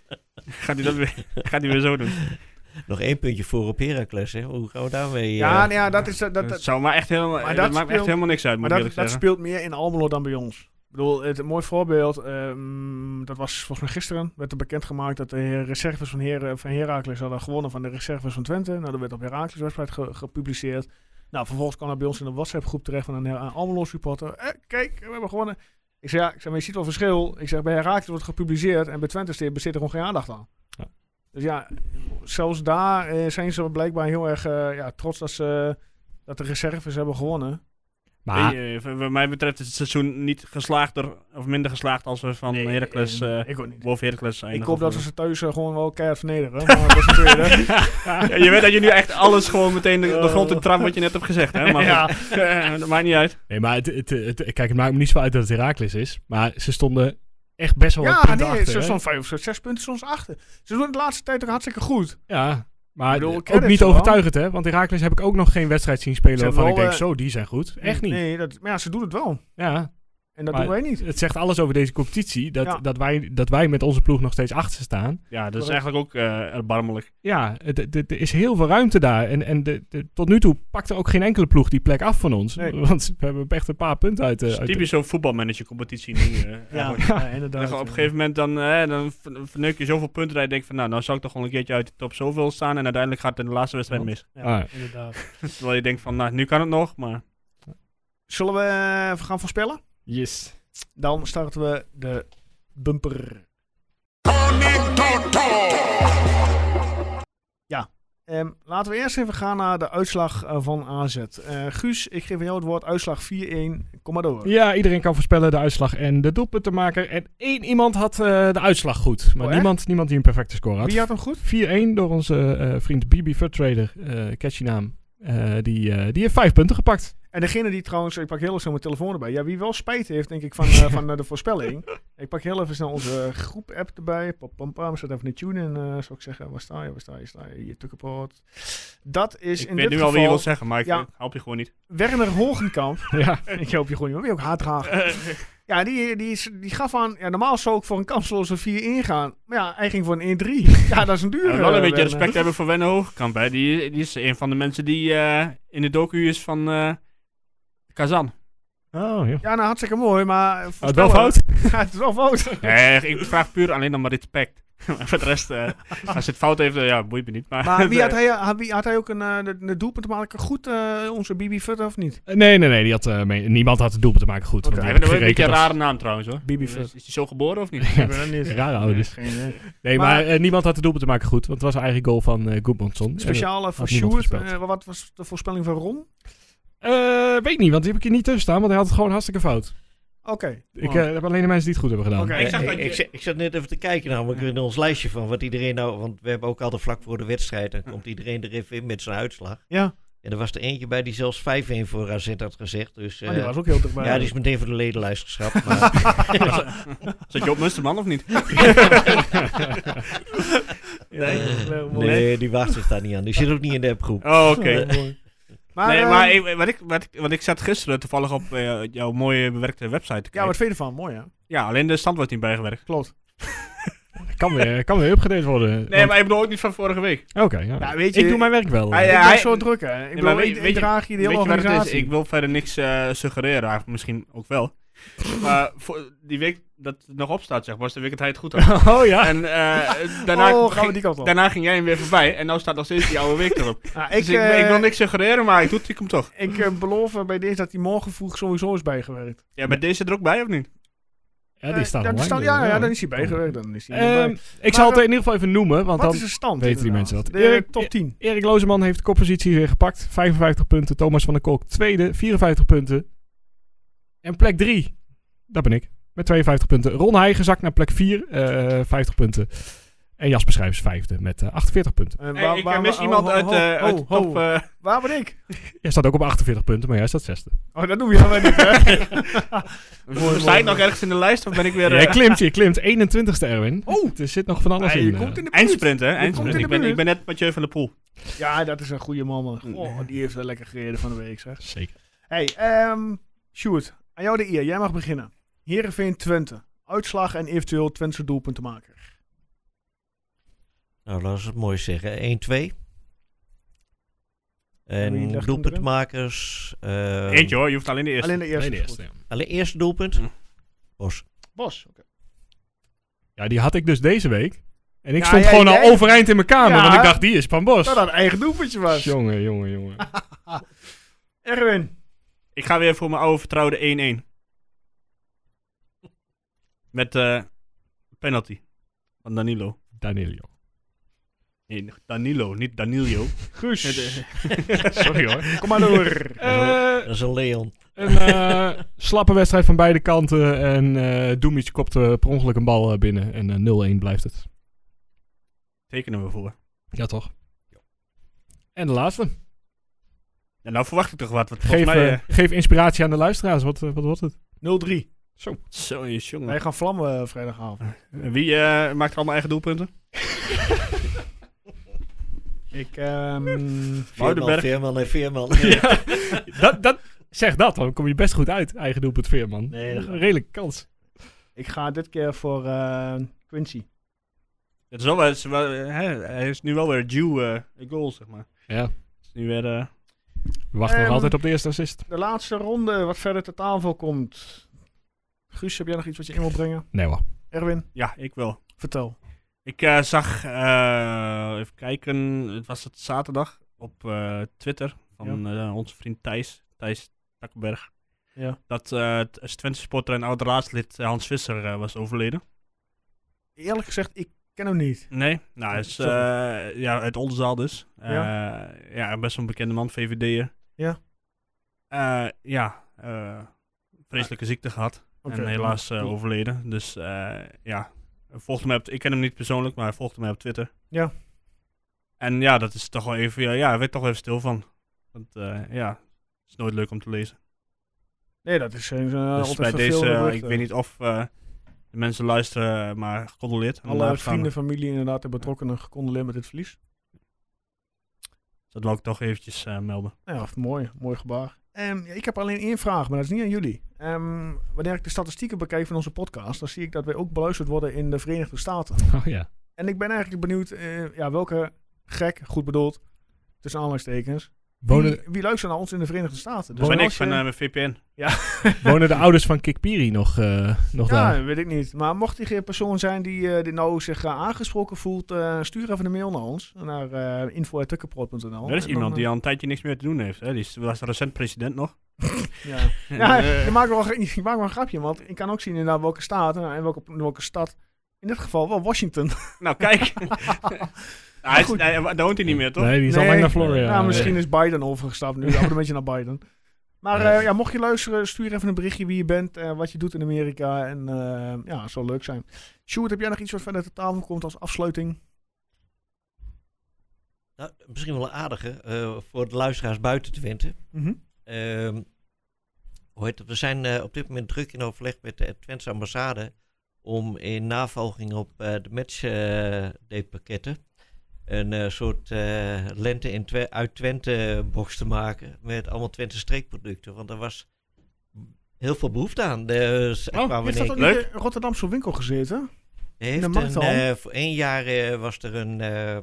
hij weer zo doen. Nog 1 puntje voor op Heracles, hè? Hoe gaan we daarmee... dat is... Dat zou maar echt helemaal... Maar dat maakt echt helemaal niks uit, moet ik eerlijk zeggen. Dat speelt meer in Almelo dan bij ons. Ik bedoel, het mooi voorbeeld... dat was volgens mij gisteren... werd er bekendgemaakt dat de reserves van Heracles hadden gewonnen van de reserves van Twente. Nou, dat werd op Heracles website gepubliceerd. Nou, vervolgens kwam dat bij ons in de WhatsApp-groep terecht van een Almelo-supporter. Kijk, we hebben gewonnen. Ik zei, maar je ziet wel verschil. Ik zeg, bij Heracles wordt gepubliceerd en bij Twente besteedt er gewoon geen aandacht aan. Ja. Dus ja, zelfs daar zijn ze blijkbaar heel erg trots dat de reserves hebben gewonnen. Maar wat mij betreft is het seizoen niet geslaagder of minder geslaagd als we van Heracles boven Heracles zijn. Ik hoop dat we ze thuis gewoon wel keihard vernederen. Maar dat is tweede. Je weet dat je nu echt alles gewoon meteen de grond in trap wat je net hebt gezegd. Hè? Maar dat maakt niet uit. Nee, maar kijk, het maakt me niet zo uit dat het Heracles is. Maar ze stonden echt best wel wat punten achter. Ze stonden 5 of 6 punten, soms achter. Ze doen het de laatste tijd hartstikke goed. Ja. Maar ook niet overtuigend, hè? Want Heracles heb ik ook nog geen wedstrijd zien spelen waarvan ik denk, die zijn goed. Echt niet. Nee, maar ja, ze doen het wel. Ja. En dat doen wij niet. Het zegt alles over deze competitie, dat wij met onze ploeg nog steeds achter staan. Ja, dat is eigenlijk ook erbarmelijk. Ja, er is heel veel ruimte daar. En tot nu toe pakt er ook geen enkele ploeg die plek af van ons. Nee. Want we hebben echt een paar punten uit. Het is typisch zo'n voetbalmanager-competitie nu. Ja, inderdaad. Op een gegeven moment dan verneuk je zoveel punten dat je denkt van, nou zou ik toch gewoon een keertje uit de top zoveel staan. En uiteindelijk gaat het in de laatste wedstrijd mis. Ja, inderdaad. Terwijl je denkt van, nou, nu kan het nog, maar... Zullen we gaan voorspellen? Yes. Dan starten we de bumper. Ja, laten we eerst even gaan naar de uitslag van AZ. Guus, ik geef aan jou het woord. Uitslag 4-1. Kom maar door. Ja, iedereen kan voorspellen de uitslag en de doelpuntenmaker. En 1 iemand had de uitslag goed. Maar niemand die een perfecte score had. Wie had hem goed? 4-1 door onze vriend BB Furtrader, catchy naam. Die heeft 5 punten gepakt. En degene die trouwens, ik pak heel snel mijn telefoon erbij. Ja, wie wel spijt heeft, denk ik, van de voorspelling. Ik pak heel even snel onze groep-app erbij. Zet even de tune in, zou ik zeggen. Waar sta je? Hier, Tukkenpoort. Dat is ik in dit geval... Ik weet nu al wie je wilt zeggen, maar ik help je gewoon niet. Werner Hogenkamp. Ja. Ik help je gewoon niet, maar wie ook hard graag. Ja, die gaf aan... Ja, normaal zou ik voor een kansloze 4-1 gaan. Maar ja, hij ging voor een 1-3. Ja, dat is een dure... wel een beetje respect hebben voor Werner Hogenkamp, hè. Die is een van de mensen die in de docu is van... Kazan. Oh, ja. Ja, nou hartstikke mooi, maar... Het wel fout? Ja, het is wel fout. Nee, ik vraag puur alleen nog maar respect. Voor de rest, als het fout heeft, boeit me niet. Maar wie had hij ook de doelpunt te maken goed, onze Bibi Futter, of niet? Nee, die had, niemand had de doelpunt te maken goed. Okay. Hij heeft een beetje een rare naam trouwens, hoor. Bibi Futter. Is hij zo geboren of niet? Ik ben dat niet. Rare ouders. Nee, maar niemand had de doelpunt te maken goed, want het was een eigen goal van Goedmanson. Speciaal voor Sjoerd. Wat was de voorspelling van Ron? Weet ik niet, want die heb ik hier niet tussen staan, want hij had het gewoon hartstikke fout. Oké. Ik heb alleen de mensen die het goed hebben gedaan. Okay. Ik zat net even te kijken namelijk in ons lijstje van wat iedereen nou... Want we hebben ook altijd vlak voor de wedstrijd... Dan komt iedereen er even in met zijn uitslag. Ja. En er was er eentje bij die zelfs 5-1 voor AZ had gezegd. Dus, die was ook heel dichtbij. Ja, die is meteen voor de ledenlijst geschrapt. Maar Zat je op Musterman of niet? Nee, die wacht zich daar niet aan. Die zit ook niet in de appgroep. Oh, oké. Maar ik zat gisteren toevallig op jouw mooie bewerkte website te kijken. Ja, wat vind je ervan? Mooi, hè? Ja, alleen de stand wordt niet bijgewerkt. Klopt. Kan weer upgraded worden. Nee, maar ik bedoel ook niet van vorige week. Oké, ja. Weet je, ik doe mijn werk wel. Ik ben zo druk, hè. Ik draag je de hele organisatie. Ik wil verder niks suggereren, eigenlijk misschien ook wel. Maar voor die week dat het nog op staat, zeg maar, was de week dat hij het goed had. Oh ja. En daarna ging jij hem weer voorbij. En nu staat nog steeds die oude week erop. Dus ik wil niks suggereren, maar ik doe het hem toch. Ik beloof bij deze dat hij morgen vroeg sowieso is bijgewerkt. Ja, bij deze er ook bij of niet? Ja, die staat online. Dan is hij bijgewerkt. Dan is hij ik zal het in ieder geval even noemen, want wat dan is de stand, weten die mensen dat. Top 10. Erik Lozeman heeft de koppositie weer gepakt. 55 punten. Thomas van der Kolk tweede, 54 punten. En plek 3, dat ben ik, met 52 punten. Ron Heijgen zakt naar plek 4, 50 punten. En Jasper Schrijvers vijfde met 48 punten. Ik mis iemand uit de top... Waar ben ik? Jij staat ook op 48 punten, maar jij staat zesde. Oh, dat doen we helemaal niet, hè? Sta ik nog ergens in de lijst of ben ik weer... Je klimt 21ste, Erwin. Er zit nog van alles in. Je komt in de Eindsprint, hè? Ik ben net Mathieu van der Poel. Ja, dat is een goede man. Die heeft wel lekker gereden van de week, zeg. Zeker. Hey, Sjoerd, aan jou de eer. Jij mag beginnen. Heerenveen Twente. Uitslag en eventueel Twentse doelpuntenmaker. Nou, laten we het mooi zeggen. 1-2. En doelpuntenmakers... Eentje hoor, je hoeft alleen de eerste. Alleen de eerste, ja. Alleen eerste doelpunt? Bos, oké. Ja, die had ik dus deze week. En ik stond gewoon al overeind in mijn kamer, want ik dacht, die is Van Bos. Dat een eigen doelpuntje was. Jongen. Erwin. Ik ga weer voor mijn oude vertrouwde 1-1. Met penalty van Danilo. Nee, Danilo, niet Danilo. Guus. Sorry hoor. Kom maar door. Dat is een Leon. Een slappe wedstrijd van beide kanten. En Dumic kopt per ongeluk een bal binnen. En 0-1 blijft het. Tekenen we voor. Ja, toch? En de laatste. Ja, nou verwacht ik toch wat. Geef inspiratie aan de luisteraars. Wat wordt het? 0-3. Zo, jongen. Wij gaan vlammen vrijdagavond. Wie maakt er allemaal eigen doelpunten? Veerman. Ja. Zeg dat, dan kom je best goed uit. Eigen doelpunt Veerman. Nee, dat een redelijke kans. Ik ga dit keer voor Quincy. Het is hij is nu wel weer due goal, zeg maar. Ja. Het is nu weer... We wachten nog altijd op de eerste assist. De laatste ronde, wat verder ter tafel komt. Guus, heb jij nog iets wat je in wil brengen? Nee hoor. Erwin? Ja, ik wel. Vertel. Ik zag, even kijken, het was het zaterdag op Twitter van onze vriend Thijs Takkenberg. Ja. Dat Twente supporter en oud-raadslid Hans Visser was overleden. Eerlijk gezegd, ik ken hem niet. Nee, nou, hij is uit Oldenzaal dus. Best wel een bekende man, VVD'er. Ja. Vreselijke ziekte gehad. Okay, en helaas overleden. Dus volgde mij ik ken hem niet persoonlijk, maar hij volgde mij op Twitter. Ja. En ja, dat is toch wel even, hij werd toch even stil van. Want het is nooit leuk om te lezen. Nee, dat is dus altijd bij deze, berichten. ik weet niet of de mensen luisteren, maar gecondoleerd. Alle vrienden, familie inderdaad en betrokkenen gecondoleerd met dit verlies. Dat wil ik toch eventjes melden. Ja, mooi gebaar. Ik heb alleen één vraag, maar dat is niet aan jullie. Wanneer ik de statistieken bekijk van onze podcast, dan zie ik dat wij ook beluisterd worden in de Verenigde Staten. Oh ja. En ik ben eigenlijk benieuwd, welke gek, goed bedoeld, tussen aanhalingstekens, wie luistert naar ons in de Verenigde Staten? Dus ben ik van mijn VPN. Ja. Wonen de ouders van Kikpiri nog daar? Ja, weet ik niet. Maar mocht die persoon zijn die nou zich aangesproken voelt, stuur even een mail naar ons. Naar info@tukkenproot.nl. Er is iemand die al een tijdje niks meer te doen heeft. Hè? Die was recent president nog. Ik maak wel een grapje, want ik kan ook zien inderdaad welke staat en welke stad. In dit geval wel Washington. Nou, kijk. Daar woont hij niet meer, toch? Nee, die is al lang naar Florida. Ja, misschien is Biden overgestapt nu. Een beetje naar Biden. Maar mocht je luisteren, stuur even een berichtje wie je bent, wat je doet in Amerika. En het zal leuk zijn. Sjoerd, heb jij nog iets wat verder ter tafel komt als afsluiting? Nou, misschien wel een aardige voor de luisteraars buiten Twente. Mm-hmm. We zijn op dit moment druk in overleg met de Twentse ambassade om in navolging op de matchday-pakketten een soort lente uit Twente box te maken met allemaal Twente streekproducten. Want er was heel veel behoefte aan. Dus je hebt dat ook niet in een Rotterdamse winkel gezeten? Voor 1 jaar was er een,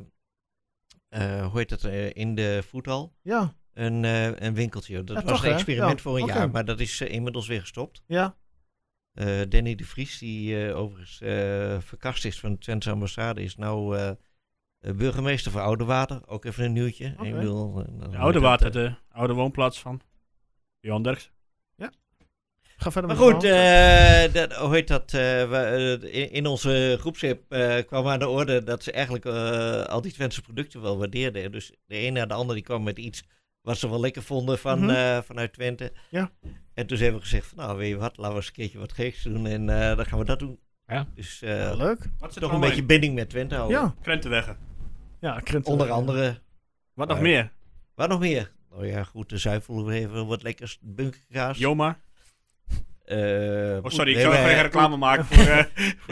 in de voethal. Ja. Een winkeltje. Dat was een experiment voor een jaar, maar dat is inmiddels weer gestopt. Ja. Danny de Vries, die overigens verkast is van de Twentse ambassade, is nou burgemeester van Oudewater. Ook even een nieuwtje. Oudewater, de oude woonplaats van Johan Derks. Ja. Ga verder Maar met goed, hoe heet dat? In onze groepsapp kwam aan de orde dat ze eigenlijk al die Twentse producten wel waardeerden. Dus de een na de ander die kwam met iets wat ze wel lekker vonden vanuit Twente. Ja. En toen hebben we gezegd van, nou weet je wat, laten we eens een keertje wat geks doen en dan gaan we dat doen. Ja. Dus leuk. toch een beetje binding met Twente houden. Ja. Krentenweggen. Ja, Krentenweggen. Onder andere. Wat nog meer? Wat nog meer? Nou ja, goed, de zuivel even wat lekkers bunkerkaas. Joma. Sorry, ik nee, zou geen reclame maken voor...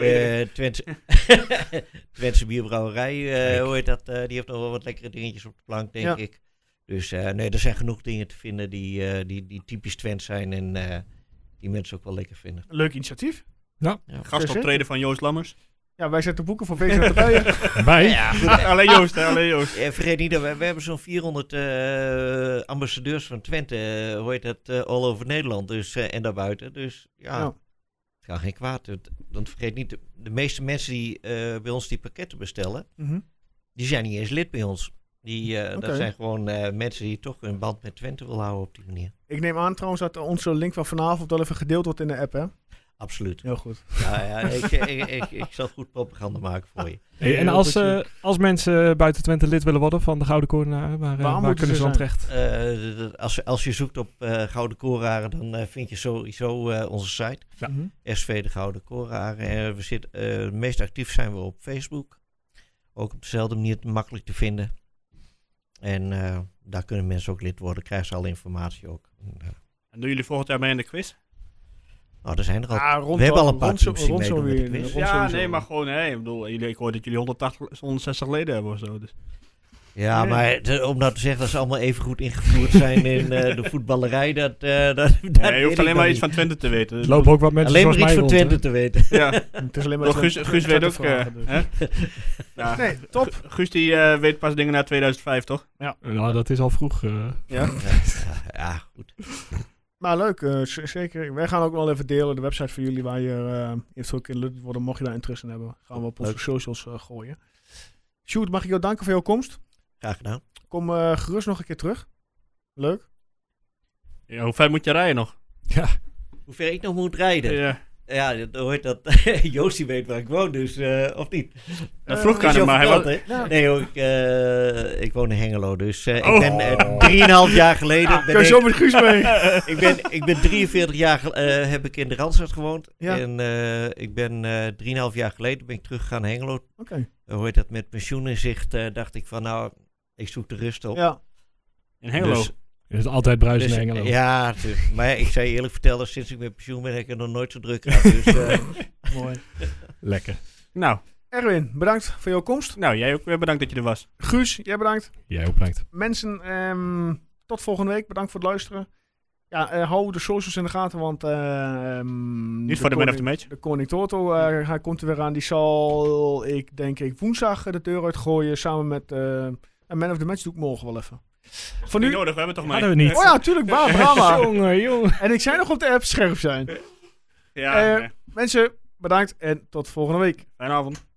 Twentse bierbrouwerij, hoe heet dat? Die heeft nog wel wat lekkere dingetjes op de plank, denk ik. Dus nee, er zijn genoeg dingen te vinden die typisch Twents zijn en die mensen ook wel lekker vinden. Leuk initiatief. Ja. Gastoptreden van Joost Lammers. Ja, wij zetten boeken voor VZ erbij. Bij? Ja, goed. Alleen Joost, hè, alleen Joost. Vergeet niet dat we hebben zo'n 400 ambassadeurs van Twente, hoe heet dat, all over Nederland dus, en daarbuiten. Dus ja, het gaat geen kwaad. Want vergeet niet, de meeste mensen die bij ons die pakketten bestellen, die zijn niet eens lid bij ons. Dat zijn gewoon mensen die toch een band met Twente willen houden op die manier. Ik neem aan trouwens dat onze link van vanavond wel even gedeeld wordt in de app, hè? Absoluut. Heel goed. Ja, ik zal goed propaganda maken voor je. Hey, en als mensen buiten Twente lid willen worden van de Gouden Koornaren, waar kunnen ze dan terecht? Als je zoekt op Gouden Koornaren, dan vind je sowieso onze site. Ja. SV de Gouden Koornaren. En het meest actief zijn we op Facebook. Ook op dezelfde manier makkelijk te vinden. En daar kunnen mensen ook lid worden. Krijgen ze alle informatie ook. En doen jullie volgend jaar mee in de quiz? Nou, er zijn er al. We hebben al een paar teams die meedoen met de quiz. Ja, nee, maar gewoon, ik hoor dat jullie 160 leden hebben of zo. Dus. Ja, maar om nou te zeggen dat ze allemaal even goed ingevoerd zijn in de voetballerij, dat je hoeft alleen maar iets van Twente te weten. Er lopen ook wat mensen alleen maar iets van Twente te weten. Ja. Het is alleen maar Guus weet ook. Ja. Nee, top. Guus die weet pas dingen na 2005, toch? Ja. Nou, dat is al vroeg. Ja, goed. Maar leuk, zeker. Wij gaan ook wel even delen de website van jullie waar je eventueel in lid worden. Mocht je daar interesse in hebben, gaan we op onze socials gooien. Sjoerd, mag ik jou danken voor jouw komst? Graag gedaan. Kom gerust nog een keer terug. Leuk. Ja, hoe ver moet je rijden nog? Ja. Hoe ver ik nog moet rijden? Ja. Ja, dan hoort dat. Joost die weet waar ik woon, dus of niet? Dat vroeg kan hem, maar hij was... Ja. Nee hoor, ik woon in Hengelo, dus ik ben 3,5 jaar geleden... Kun je zo met Guus mee? ik ben 43 jaar heb ik in de Randstad gewoond. Ja. En ik ben 3,5 jaar geleden ben ik teruggegaan naar Hengelo. Oké. Hoe heet dat, met pensioen in zicht, dacht ik van nou, ik zoek de rust op. Ja. In Hengelo? Dus, je is altijd bruisen in Hengelo. Ja, natuurlijk. Maar ik zou je eerlijk vertellen, sinds ik met pensioen ben, heb ik er nog nooit zo druk gehad. Dus, mooi. Lekker. Nou. Erwin, bedankt voor jouw komst. Nou, jij ook weer bedankt dat je er was. Guus, jij bedankt. Jij ook bedankt. Mensen, tot volgende week. Bedankt voor het luisteren. Ja, hou de socials in de gaten, want... niet voor de man of the match. De Koning Toto, hij komt er weer aan. Die zal, ik denk woensdag de deur uitgooien. Samen met een man of the match doe ik morgen wel even. Van nu nodig, we hebben toch mee. Hadden we niet. Oh ja, tuurlijk, Brahma. Jongen. En ik zei nog op de app scherp zijn. Ja. Mensen, bedankt en tot volgende week. Fijne avond.